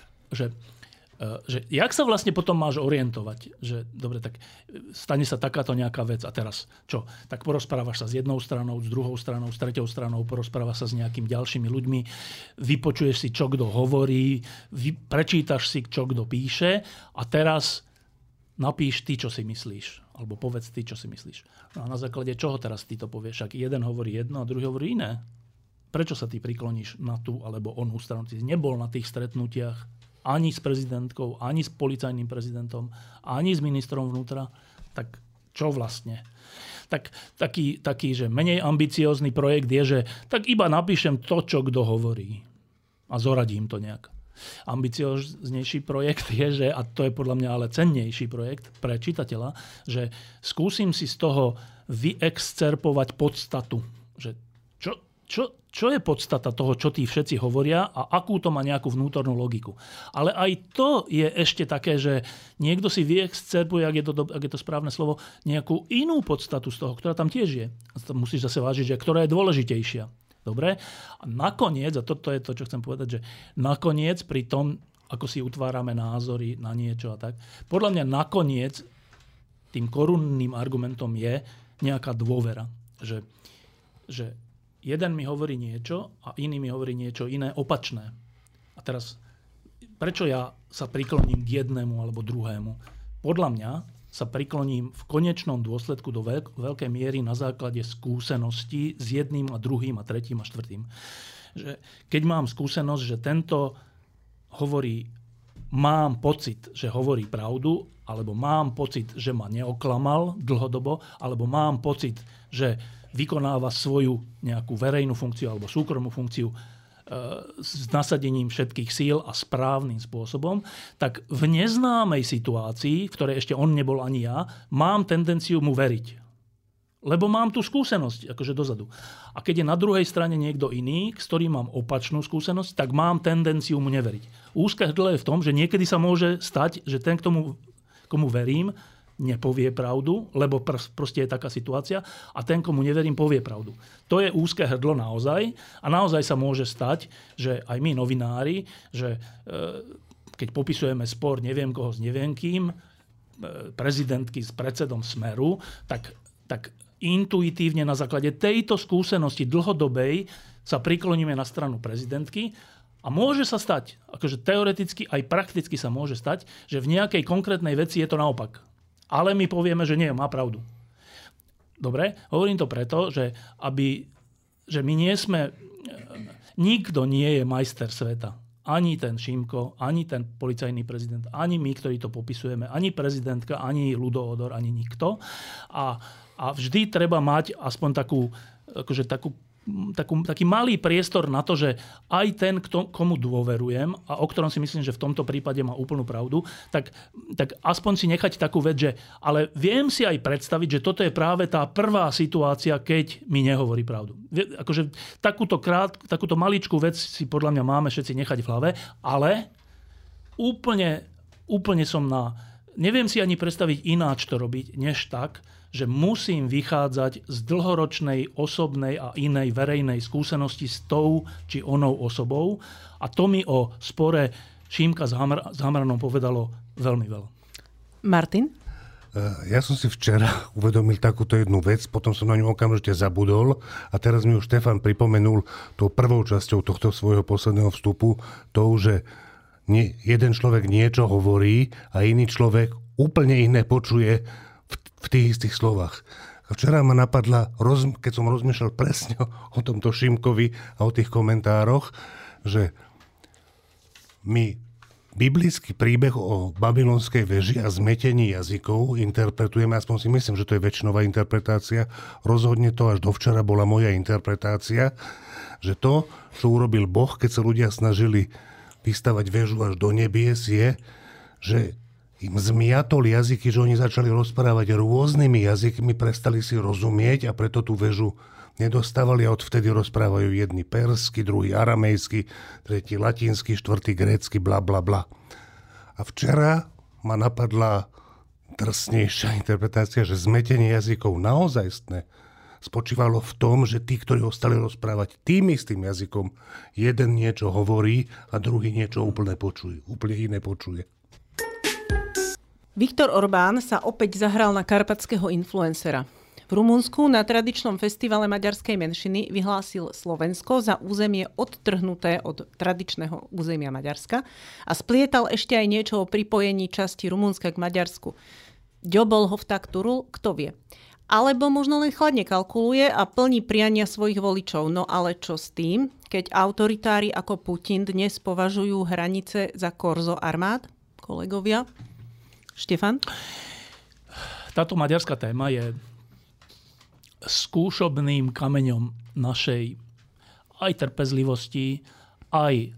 jak sa vlastne potom máš orientovať? Že dobre, tak stane sa takáto nejaká vec a teraz čo? Tak porozprávaš sa s jednou stranou, s druhou stranou, s treťou stranou, porozprávaš sa s nejakými ďalšími ľuďmi, vypočuješ si, čo kto hovorí, prečítaš si, čo kto píše a teraz napíš ty, čo si myslíš. Alebo povedz ty, čo si myslíš. No a na základe čoho teraz ty to povieš? Ak jeden hovorí jedno a druhý hovorí iné. Prečo sa ty prikloníš na tú alebo onú stranu? Ty nebol na tých stretnutiach ani s prezidentkou, ani s policajným prezidentom, ani s ministrom vnútra. Tak čo vlastne? Tak taký, že menej ambiciózny projekt je, že tak iba napíšem to, čo kto hovorí. A zoradím to nejak. Ambicióznejší projekt je, že, a to je podľa mňa ale cennejší projekt pre čitateľa, že skúsim si z toho vyexcerpovať podstatu. Že čo je podstata toho, čo tí všetci hovoria a akú to má nejakú vnútornú logiku. Ale aj to je ešte také, že niekto si vyexcerpuje, ak je to správne slovo, nejakú inú podstatu z toho, ktorá tam tiež je. A to musíš zase vážiť, že ktorá je dôležitejšia. Dobre? A nakoniec, a toto je to, čo chcem povedať, že nakoniec pri tom, ako si utvárame názory na niečo a tak, podľa mňa nakoniec tým korunným argumentom je nejaká dôvera. Že jeden mi hovorí niečo a iný mi hovorí niečo iné, opačné. A teraz, prečo ja sa prikloním k jednému alebo druhému? Podľa mňa sa prikloním v konečnom dôsledku do veľkej miery na základe skúseností s jedným a druhým a tretím a štvrtým. Že keď mám skúsenosť, že tento hovorí, mám pocit, že hovorí pravdu, alebo mám pocit, že ma neoklamal dlhodobo, alebo mám pocit, že vykonáva svoju nejakú verejnú funkciu alebo súkromnú funkciu s nasadením všetkých síl a správnym spôsobom, tak v neznámej situácii, v ktorej ešte on nebol ani ja, mám tendenciu mu veriť. Lebo mám tú skúsenosť akože dozadu. A keď je na druhej strane niekto iný, s ktorým mám opačnú skúsenosť, tak mám tendenciu mu neveriť. Úzke hrdlo je v tom, že niekedy sa môže stať, že ten, komu verím, nepovie pravdu, lebo proste je taká situácia a ten, komu neverím, povie pravdu. To je úzke hrdlo naozaj a naozaj sa môže stať, že aj my novinári, že keď popisujeme spor neviem koho s neviem kým, prezidentky s predsedom Smeru, tak intuitívne na základe tejto skúsenosti dlhodobej sa prikloníme na stranu prezidentky a môže sa stať, akože teoreticky aj prakticky sa môže stať, že v nejakej konkrétnej veci je to naopak. Ale my povieme, že nie, má pravdu. Dobre, hovorím to preto, že my nie sme, nikto nie je majster sveta. Ani ten Šimko, ani ten policajný prezident, ani my, ktorí to popisujeme, ani prezidentka, ani Ľudo Odor, ani nikto. A vždy treba mať aspoň taký malý priestor na to, že aj ten, komu dôverujem a o ktorom si myslím, že v tomto prípade má úplnú pravdu, tak aspoň si nechať takú vec, že ale viem si aj predstaviť, že toto je práve tá prvá situácia, keď mi nehovorí pravdu. Akože takúto maličkú vec si podľa mňa máme všetci nechať v hlave, ale úplne som neviem si ani predstaviť ináč to robiť, než tak, že musím vychádzať z dlhoročnej osobnej a inej verejnej skúsenosti s tou či onou osobou. A to mi o spore Šimka s Hamranom povedalo veľmi veľa. Martin? Ja som si včera uvedomil takúto jednu vec, potom som na ňu okamžite zabudol a teraz mi už Štefan pripomenul tou prvou časťou tohto svojho posledného vstupu to, že jeden človek niečo hovorí a iný človek úplne iné počuje v tých istých slovách. A včera ma napadla, keď som rozmýšľal presne o tomto Šimkovi a o tých komentároch, že my biblický príbeh o babylonskej veži a zmetení jazykov interpretujeme, aspoň si myslím, že to je väčšinová interpretácia, rozhodne to až dovčera bola moja interpretácia, že to, čo urobil Boh, keď sa ľudia snažili vystavať väžu až do nebies, je, že im zmiatol jazyky, že oni začali rozprávať rôznymi jazykmi, prestali si rozumieť a preto tú väžu nedostávali a odvtedy rozprávajú jedni persky, druhý aramejsky, tretí latínsky, štvrtý grécky, bla bla bla. A včera ma napadla drsnejšia interpretácia, že zmetenie jazykov naozajstné spočívalo v tom, že tí, ktorí ostali rozprávať tým istým jazykom, jeden niečo hovorí a druhý niečo úplne iné počuje. Viktor Orbán sa opäť zahral na karpatského influencera. V Rumunsku na tradičnom festivale maďarskej menšiny vyhlásil Slovensko za územie odtrhnuté od tradičného územia Maďarska a splietal ešte aj niečo o pripojení časti Rumunska k Maďarsku. Ďobol ho v takturu, kto vie. Alebo možno len chladne kalkuluje a plní priania svojich voličov. No ale čo s tým, keď autoritári ako Putin dnes považujú hranice za korzo armád, kolegovia? Štefan? Táto maďarská téma je skúšobným kameňom našej aj trpezlivosti, aj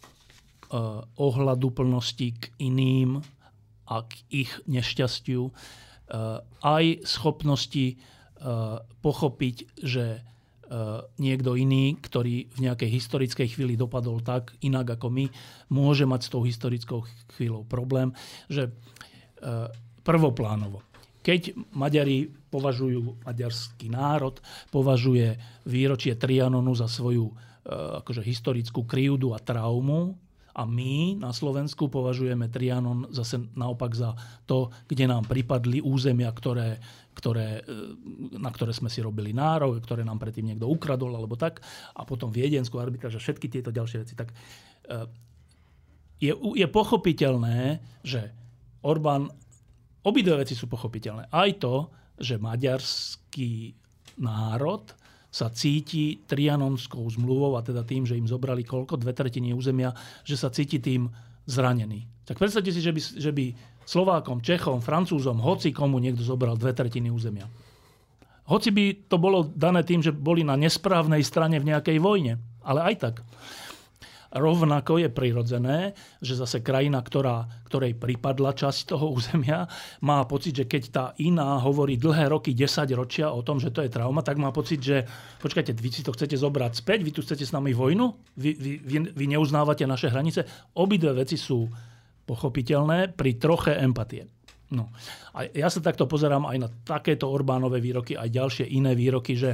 ohľaduplnosti k iným a k ich nešťastiu, aj schopnosti pochopiť, že niekto iný, ktorý v nejakej historickej chvíli dopadol tak inak ako my, môže mať s tou historickou chvíľou problém, že prvoplánovo. Keď Maďari považujú, maďarský národ považuje výročie Trianonu za svoju akože historickú krivdu a traumu a my na Slovensku považujeme Trianon zase naopak za to, kde nám pripadli územia, na ktoré sme si robili nárok, ktoré nám predtým niekto ukradol alebo tak, a potom viedenskú arbitráž a všetky tieto ďalšie veci. Tak je pochopiteľné, že Orbán, obidve veci sú pochopiteľné. Aj to, že maďarský národ sa cíti trianonskou zmluvou, a teda tým, že im zobrali koľko? 2/3 územia, že sa cíti tým zranený. Tak predstavte si, že by Slovákom, Čechom, Francúzom, hoci komu niekto zobral 2/3 územia. Hoci by to bolo dané tým, že boli na nesprávnej strane v nejakej vojne. Ale aj tak. rovnako je prirodzené, že zase krajina, ktorej pripadla časť toho územia, má pocit, že keď tá iná hovorí dlhé roky, 10 ročia o tom, že to je trauma, tak má pocit, že počkajte, vy si to chcete zobrať späť, vy tu chcete s nami vojnu, vy neuznávate naše hranice. Obidve veci sú pochopiteľné pri troche empatie. No. A ja sa takto pozerám aj na takéto Orbánové výroky, aj ďalšie iné výroky, že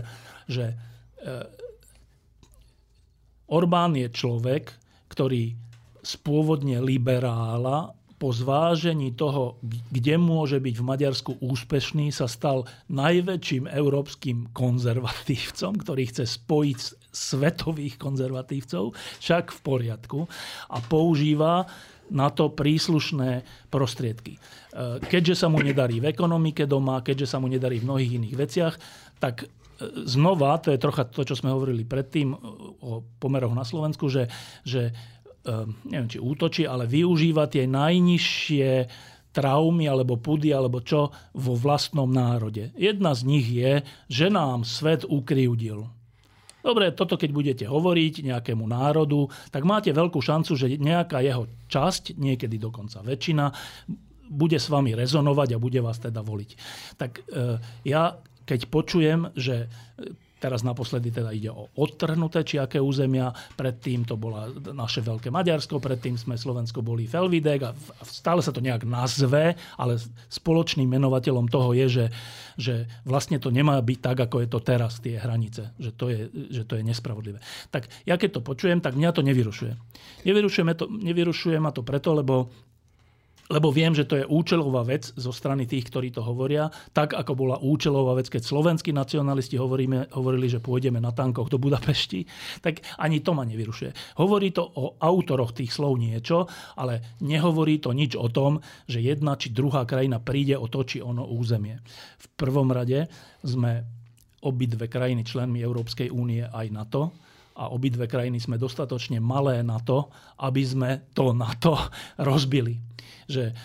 Orbán je človek, ktorý z pôvodne liberála po zvážení toho, kde môže byť v Maďarsku úspešný, sa stal najväčším európskym konzervatívcom, ktorý chce spojiť svetových konzervatívcov, však v poriadku, a používa na to príslušné prostriedky. Keďže sa mu nedarí v ekonomike doma, keďže sa mu nedarí v mnohých iných veciach, tak znova, to je trocha to, čo sme hovorili predtým o pomeroch na Slovensku, že neviem, či útočí, ale využíva tie najnižšie traumy alebo pudy, alebo čo vo vlastnom národe. Jedna z nich je, že nám svet ukriudil. Dobre, toto keď budete hovoriť nejakému národu, tak máte veľkú šancu, že nejaká jeho časť, niekedy dokonca väčšina, bude s vami rezonovať a bude vás teda voliť. Tak ja keď počujem, že teraz naposledy teda ide o odtrhnuté či aké územia, predtým to bola naše Veľké Maďarsko, predtým sme Slovensko boli Felvidek a stále sa to nejak nazve, ale spoločným menovateľom toho je, že vlastne to nemá byť tak, ako je to teraz, tie hranice, že to je nespravodlivé. Tak ja keď to počujem, tak mňa to nevyrušuje. Nevyrušuje ma to preto, lebo viem, že to je účelová vec zo strany tých, ktorí to hovoria, tak ako bola účelová vec, keď slovenskí nacionalisti hovorili, že pôjdeme na tankoch do Budapešti, tak ani to ma nevyrušuje. Hovorí to o autoroch tých slov niečo, ale nehovorí to nič o tom, že jedna či druhá krajina príde o to, či ono územie. V prvom rade sme obidve krajiny členmi Európskej únie aj NATO, a obidve krajiny sme dostatočne malé na to, aby sme to NATO rozbili. Že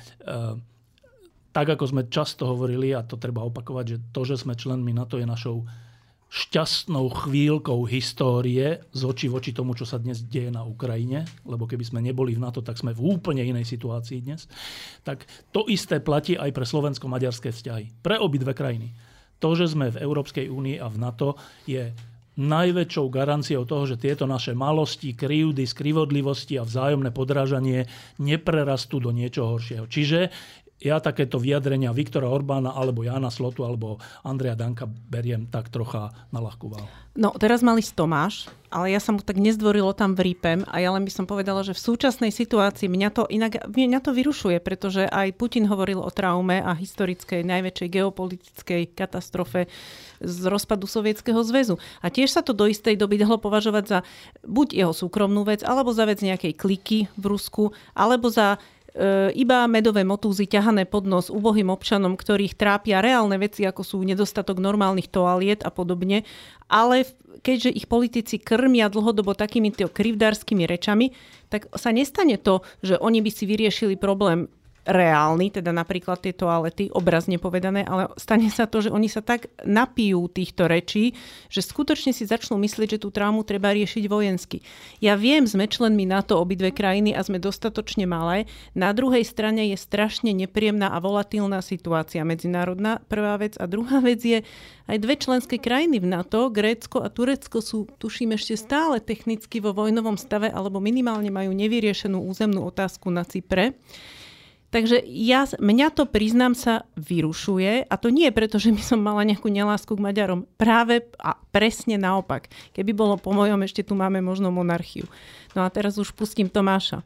tak, ako sme často hovorili, a to treba opakovať, že to, že sme členmi NATO, je našou šťastnou chvíľkou histórie z očí v oči tomu, čo sa dnes deje na Ukrajine, lebo keby sme neboli v NATO, tak sme v úplne inej situácii dnes. Tak to isté platí aj pre slovensko-maďarské vzťahy. Pre obidve krajiny. To, že sme v Európskej únii a v NATO, je najväčšou garanciou toho, že tieto naše malosti, krivdy, skrivodlivosti a vzájomné podrážanie neprerastú do niečoho horšieho. Čiže ja takéto vyjadrenia Viktora Orbána alebo Jána Slotu alebo Andreja Danka beriem tak trocha na ľahkú váhu. No, teraz mali Tomáš, ale ja sa mu tak nezdvorilo tam vrípem a ja len by som povedala, že v súčasnej situácii mňa to vyrušuje, pretože aj Putin hovoril o traume a historickej najväčšej geopolitickej katastrofe z rozpadu Sovietskeho zväzu. A tiež sa to do istej doby dalo považovať za buď jeho súkromnú vec, alebo za vec nejakej kliky v Rusku, alebo za iba medové motúzy ťahané pod nos ubohým občanom, ktorých trápia reálne veci, ako sú nedostatok normálnych toaliet a podobne. Ale keďže ich politici krmia dlhodobo takýmito krivdárskymi rečami, tak sa nestane to, že oni by si vyriešili problém reálny, teda napríklad tie toalety, obrazne povedané, ale stane sa to, že oni sa tak napijú týchto rečí, že skutočne si začnú myslieť, že tú traumu treba riešiť vojensky. Ja viem, sme členmi NATO obidve krajiny a sme dostatočne malé. Na druhej strane je strašne nepríjemná a volatilná situácia medzinárodná, prvá vec. A druhá vec je, aj dve členské krajiny v NATO, Grécko a Turecko, sú, tuším, ešte stále technicky vo vojnovom stave alebo minimálne majú nevyriešenú územnú otázku na Cypre. Takže mňa to, priznám sa, vyrušuje a to nie je preto, že by som mala nejakú nelásku k Maďarom. Práve a presne naopak. Keby bolo po mojom, ešte tu máme možno monarchiu. No a teraz už pustím Tomáša.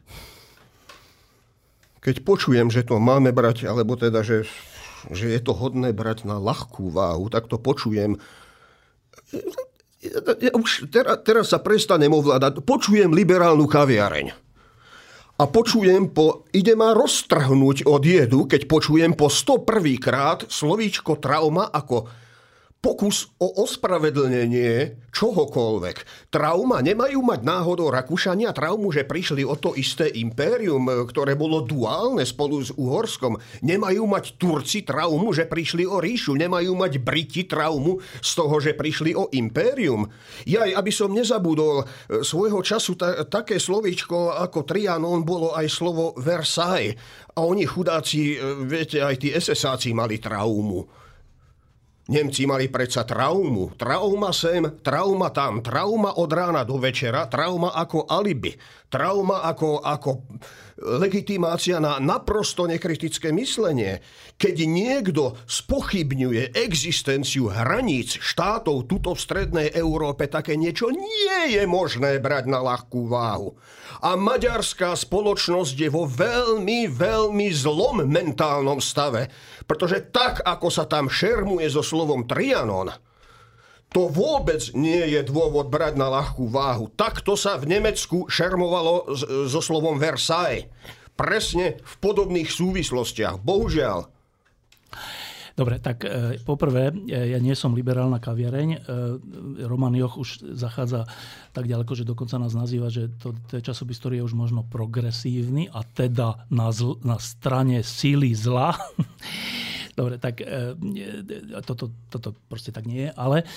Keď počujem, že to máme brať, alebo teda, že je to hodné brať na ľahkú váhu, tak to počujem. Ja už teraz sa prestanem ovládať. Počujem liberálnu kaviareň. A počujem ide ma roztrhnúť od jedu, keď počujem po 101. krát slovíčko trauma ako pokus o ospravedlnenie čohokoľvek. Trauma nemajú mať náhodou Rakúšania traumu, že prišli o to isté impérium, ktoré bolo duálne spolu s Uhorskom. Nemajú mať Turci traumu, že prišli o ríšu. Nemajú mať Briti traumu z toho, že prišli o impérium. Aby som nezabudol, svojho času také slovíčko ako Trianon bolo aj slovo Versailles. A oni chudáci, viete, aj tí SS-áci mali traumu. Nemci mali predsa traumu. Trauma sem, trauma tam, trauma od rána do večera, trauma ako alibi, trauma ako legitimácia na naprosto nekritické myslenie. Keď niekto spochybňuje existenciu hraníc štátov tuto v strednej Európe, také niečo nie je možné brať na ľahkú váhu. A maďarská spoločnosť je vo veľmi, veľmi zlom mentálnom stave, pretože tak, ako sa tam šermuje so slovom Trianon, to vôbec nie je dôvod brať na ľahkú váhu. Takto sa v Nemecku šermovalo so slovom Versailles. Presne v podobných súvislostiach. Bohužiaľ. Dobre, tak poprvé, ja nie som liberálna kaviareň. Roman Joch už zachádza tak ďaleko, že dokonca nás nazýva, že to je časopis, ktorý je už možno progresívny a teda na strane síly zla. Dobre, tak toto proste tak nie je, ale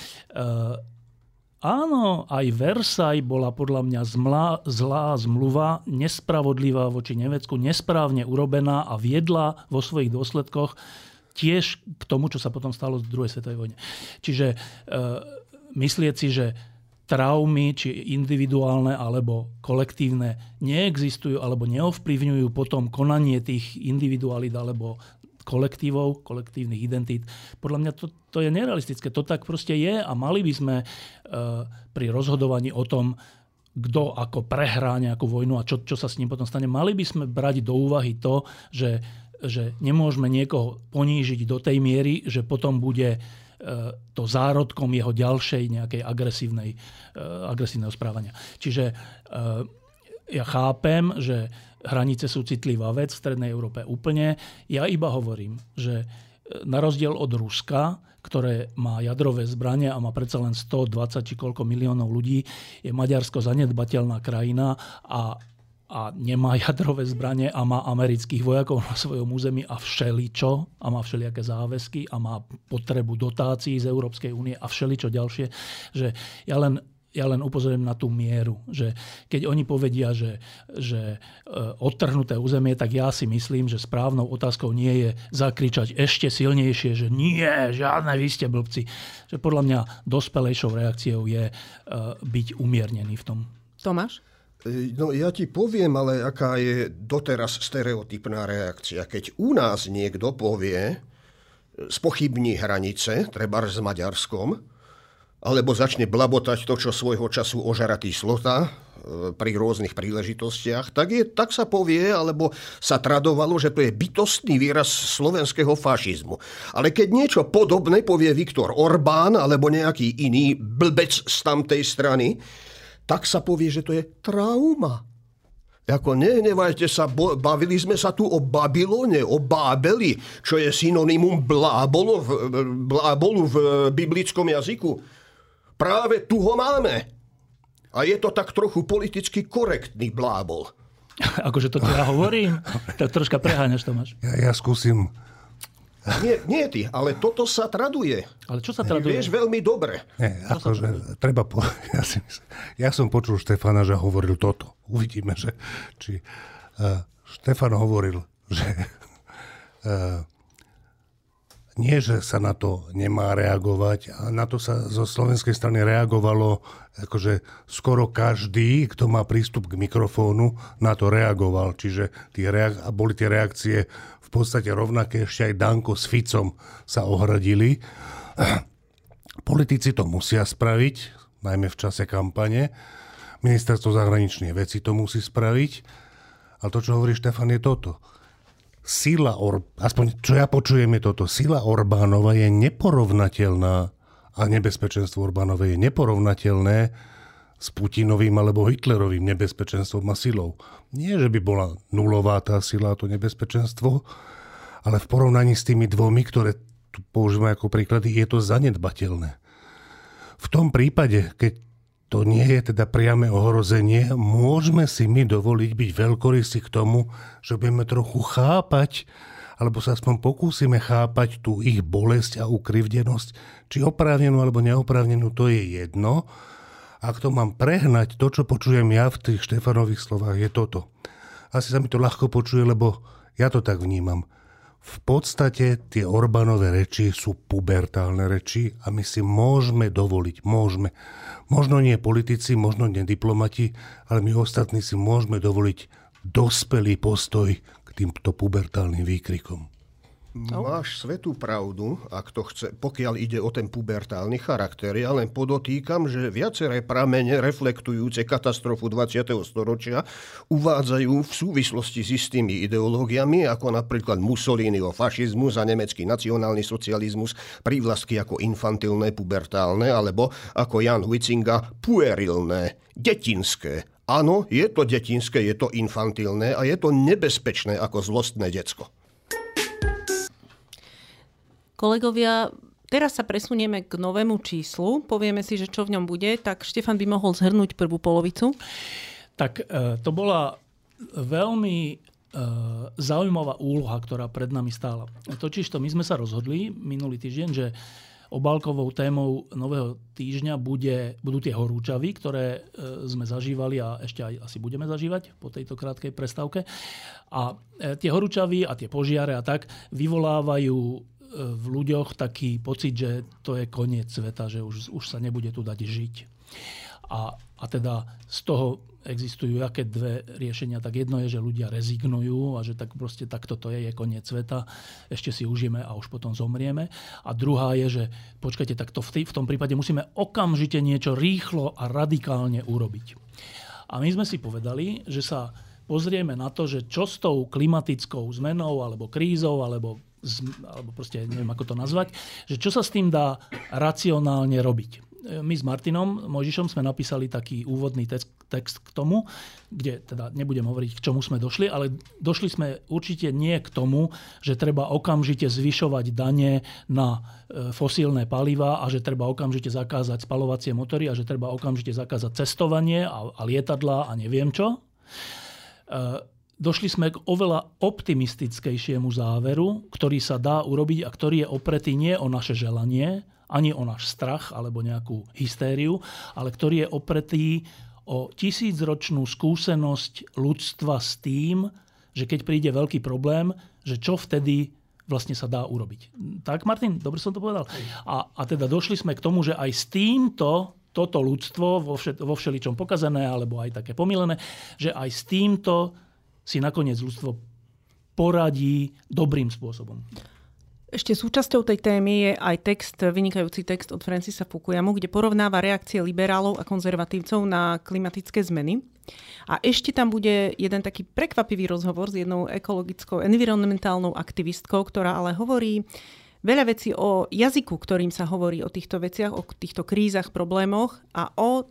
áno, aj Versailles bola podľa mňa zlá zmluva, nespravodlivá voči Nemecku, nesprávne urobená a viedla vo svojich dôsledkoch tiež k tomu, čo sa potom stalo v druhej svetovej vojne. Čiže myslieť si, že traumy, či individuálne alebo kolektívne, neexistujú alebo neovplyvňujú potom konanie tých individualít alebo kolektívov, kolektívnych identít. Podľa mňa to je nerealistické. To tak proste je a mali by sme pri rozhodovaní o tom, kto ako prehrá nejakú vojnu a čo sa s ním potom stane, mali by sme brať do úvahy to, že nemôžeme niekoho ponížiť do tej miery, že potom bude to zárodkom jeho ďalšej nejakej agresívneho správania. Čiže ja chápem, že hranice sú citlivá vec v strednej Európe úplne. Ja iba hovorím, že na rozdiel od Ruska, ktoré má jadrové zbranie a má predsa len 120 či koľko miliónov ľudí, je Maďarsko zanedbateľná krajina a nemá jadrové zbranie a má amerických vojakov na svojom území a všeličo, a má všelijaké záväzky a má potrebu dotácií z Európskej únie a všeličo ďalšie, že ja len upozorím na tú mieru, že keď oni povedia, že odtrhnuté územie, tak ja si myslím, že správnou otázkou nie je zakričať ešte silnejšie, že nie, žiadne, vy ste blbci. Že podľa mňa dospelejšou reakciou je byť umiernený v tom. Tomáš? No ja ti poviem, ale aká je doteraz stereotypná reakcia. Keď u nás niekto povie, spochybní hranice, trebárs s Maďarskom, alebo začne blabotať to, čo svojho času ožaratý Slota pri rôznych príležitostiach, tak sa povie, alebo sa tradovalo, že to je bytostný výraz slovenského fašizmu. Ale keď niečo podobné povie Viktor Orbán, alebo nejaký iný blbec z tamtej strany, tak sa povie, že to je trauma. Ako nehnevajte sa, bavili sme sa tu o Babylone, o Bábeli, čo je synonymum blábolu v biblickom jazyku. Práve tu ho máme. A je to tak trochu politicky korektný blábol. Akože to ja hovorím? Tak troška preháňaš, Tomáš. Ja skúsim. Nie ty, ale toto sa traduje. Ale čo sa traduje? Vieš veľmi dobre. Nie, akože treba ja som počul Štefana, že hovoril toto. Uvidíme, že či Štefan hovoril, že nie, že sa na to nemá reagovať. A na to sa zo slovenskej strany reagovalo, akože skoro každý, kto má prístup k mikrofónu, na to reagoval. Čiže boli tie reakcie v podstate rovnaké, ešte aj Danko s Ficom sa ohradili. Politici to musia spraviť, najmä v čase kampane. Ministerstvo zahraničných vecí to musí spraviť. Ale to, čo hovorí Štefan, je toto. Aspoň čo ja počujem je toto. Sila Orbánova je neporovnateľná a nebezpečenstvo Orbánova je neporovnateľné s Putinovým alebo Hitlerovým nebezpečenstvom a silou. Nie, že by bola nulová tá sila, to nebezpečenstvo, ale v porovnaní s tými dvomi, ktoré tu používame ako príklady, je to zanedbateľné. V tom prípade, keď to nie je teda priame ohrozenie, môžeme si my dovoliť byť veľkorysí k tomu, že budeme trochu chápať, alebo sa aspoň pokúsime chápať tú ich bolesť a ukrivdenosť, či oprávnenú alebo neoprávnenú, to je jedno. Ak to mám prehnať, to, čo počujem ja v tých Štefanových slovách, je toto. Asi sa mi to ľahko počuje, lebo ja to tak vnímam. V podstate tie Orbánove reči sú pubertálne reči a my si môžeme dovoliť, možno nie politici, možno nie diplomati, ale my ostatní si môžeme dovoliť dospelý postoj k týmto pubertálnym výkrikom. Máš svätú pravdu, ak to chce, pokiaľ ide o ten pubertálny charakter. Ja len podotýkam, že viaceré pramene reflektujúce katastrofu 20. storočia uvádzajú v súvislosti s istými ideológiami, ako napríklad Mussoliniho fašizmus a nemecký nacionálny socializmus, prívlastky ako infantilné, pubertálne, alebo ako Jan Huizinga puerilné, detinské. Áno, je to detinské, je to infantilné a je to nebezpečné ako zlostné decko. Kolegovia, teraz sa presunieme k novému číslu. Povieme si, že čo v ňom bude. Tak Štefan by mohol zhrnúť prvú polovicu. Tak to bola veľmi zaujímavá úloha, ktorá pred nami stála. Totižto my sme sa rozhodli minulý týždeň, že obálkovou témou nového týždňa budú tie horúčavy, ktoré sme zažívali a ešte aj asi budeme zažívať po tejto krátkej prestávke. A tie horúčavy a tie požiare a tak vyvolávajú v ľuďoch taký pocit, že to je koniec sveta, že už sa nebude tu dať žiť. A teda z toho existujú aké dve riešenia. Tak jedno je, že ľudia rezignujú a že tak proste takto to je koniec sveta, ešte si užijeme a už potom zomrieme. A druhá je, že počkajte, tak to v tom prípade musíme okamžite niečo rýchlo a radikálne urobiť. A my sme si povedali, že sa pozrieme na to, že čo s tou klimatickou zmenou alebo krízou alebo proste neviem, ako to nazvať, že čo sa s tým dá racionálne robiť. My s Martinom Mojžišom sme napísali taký úvodný text k tomu, kde teda nebudem hovoriť, k čomu sme došli, ale došli sme určite nie k tomu, že treba okamžite zvyšovať dane na fosílne palivá a že treba okamžite zakázať spaľovacie motory a že treba okamžite zakázať cestovanie a lietadlá a neviem čo. Došli sme k oveľa optimistickejšiemu záveru, ktorý sa dá urobiť a ktorý je opretý nie o naše želanie, ani o náš strach alebo nejakú hystériu, ale ktorý je opretý o 1000-ročnú skúsenosť ľudstva s tým, že keď príde veľký problém, že čo vtedy vlastne sa dá urobiť. Tak, Martin, dobre som to povedal? A teda došli sme k tomu, že aj s týmto toto ľudstvo vo všeličom pokazané alebo aj také pomylené, že aj s týmto si nakoniec ľudstvo poradí dobrým spôsobom. Ešte súčasťou tej témy je aj vynikajúci text od Francisa Fukuyamu, kde porovnáva reakcie liberálov a konzervatívcov na klimatické zmeny. A ešte tam bude jeden taký prekvapivý rozhovor s jednou ekologickou, environmentálnou aktivistkou, ktorá ale hovorí veľa vecí o jazyku, ktorým sa hovorí o týchto veciach, o týchto krízach, problémoch a o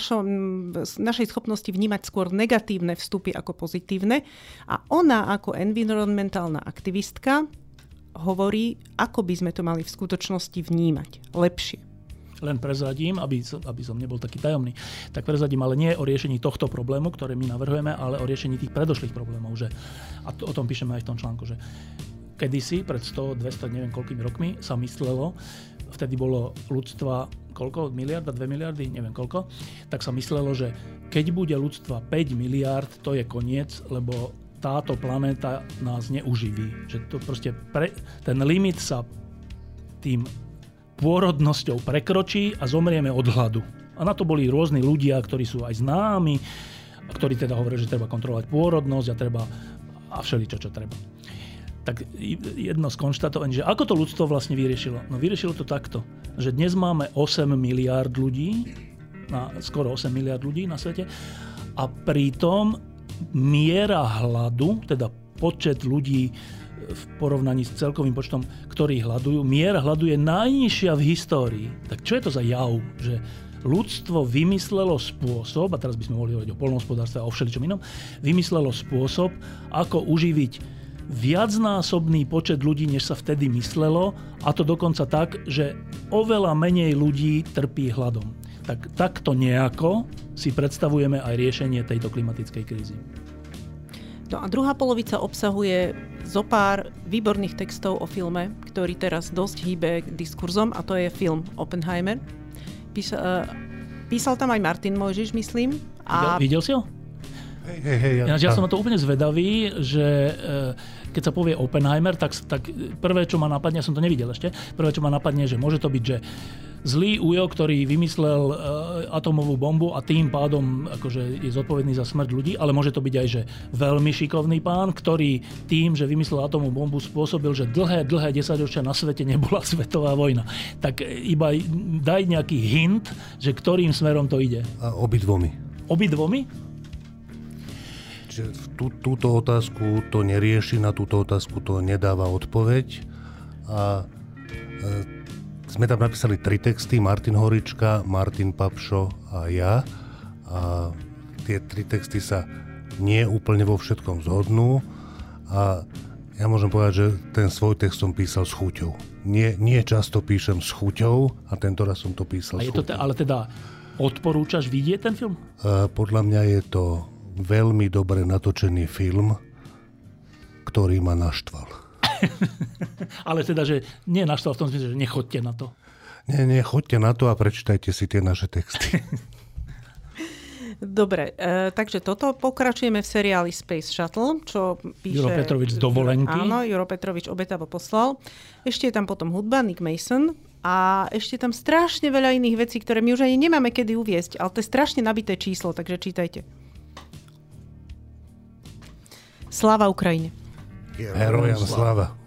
našej schopnosti vnímať skôr negatívne vstupy ako pozitívne. A ona ako environmentálna aktivistka hovorí, ako by sme to mali v skutočnosti vnímať lepšie. Len prezradím, aby som nebol taký tajomný, tak prezradím, ale nie o riešení tohto problému, ktoré my navrhujeme, ale o riešení tých predošlých problémov. A o tom píšeme aj v tom článku, že kedysi, pred 100, 200, neviem koľkými rokmi, sa myslelo, vtedy bolo ľudstva koľko? Miliarda, 2 miliardy, neviem koľko, tak sa myslelo, že keď bude ľudstva 5 miliard, to je koniec, lebo táto planéta nás neuživí. Že to proste ten limit sa tým pôrodnosťou prekročí a zomrieme od hladu. A na to boli rôzni ľudia, ktorí sú aj známi, ktorí teda hovoria, že treba kontrolovať pôrodnosť a všeličo, čo treba. Tak jedno z konštatovaní, že ako to ľudstvo vlastne vyriešilo? No vyriešilo to takto, že dnes máme 8 miliárd ľudí, skoro 8 miliárd ľudí na svete a pritom miera hladu, teda počet ľudí v porovnaní s celkovým počtom, ktorí hľadujú, miera hladu je najnižšia v histórii. Tak čo je to za jav? Že ľudstvo vymyslelo spôsob, a teraz by sme mohli hovoriť o poľnohospodárstve a o všeličom inom, vymyslelo spôsob, ako uživiť viacnásobný počet ľudí, než sa vtedy myslelo, a to dokonca tak, že oveľa menej ľudí trpí hladom. Takto nejako si predstavujeme aj riešenie tejto klimatickej krízy. No a druhá polovica obsahuje zopár výborných textov o filme, ktorý teraz dosť hýbe diskurzom, a to je film Oppenheimer. Písal tam aj Martin Mojžiš, myslím. Videl si ho? Hej. Ja som na to úplne zvedavý, že keď sa povie Oppenheimer, tak prvé, čo ma napadne, ja som to nevidel ešte, prvé, čo ma napadne, že môže to byť, že zlý ujo, ktorý vymyslel atomovú bombu a tým pádom akože je zodpovedný za smrť ľudí, ale môže to byť aj, že veľmi šikovný pán, ktorý tým, že vymyslel atomovú bombu, spôsobil, že dlhé desaťročia na svete nebola svetová vojna. Tak iba daj nejaký hint, že ktorým smerom to ide. Obidvomi. Obidvomi? Čiže túto otázku to nerieši, na túto otázku to nedáva odpoveď. A sme tam napísali 3 texty, Martin Horička, Martin Papšo a ja. A tie 3 texty sa nie úplne vo všetkom zhodnú. A ja môžem povedať, že ten svoj text som písal s chuťou. Nie často píšem s chuťou a tento raz som to písal s chuťou. Ale teda odporúčaš vidieť ten film? Podľa mňa je to veľmi dobre natočený film, ktorý ma naštval. Ale teda, že nie naštval v tom smysle, že nechoďte na to. Nie, choďte na to a prečítajte si tie naše texty. Dobre, takže toto pokračujeme v seriáli Space Shuttle, čo píše... Juro Petrovič z dovolenky. Áno, Juro Petrovič obetavo poslal. Ešte je tam potom hudba, Nick Mason a ešte tam strašne veľa iných vecí, ktoré my už ani nemáme kedy uviesť, ale to je strašne nabité číslo, takže čítajte. Sláva Ukrajine. Herojam sláva.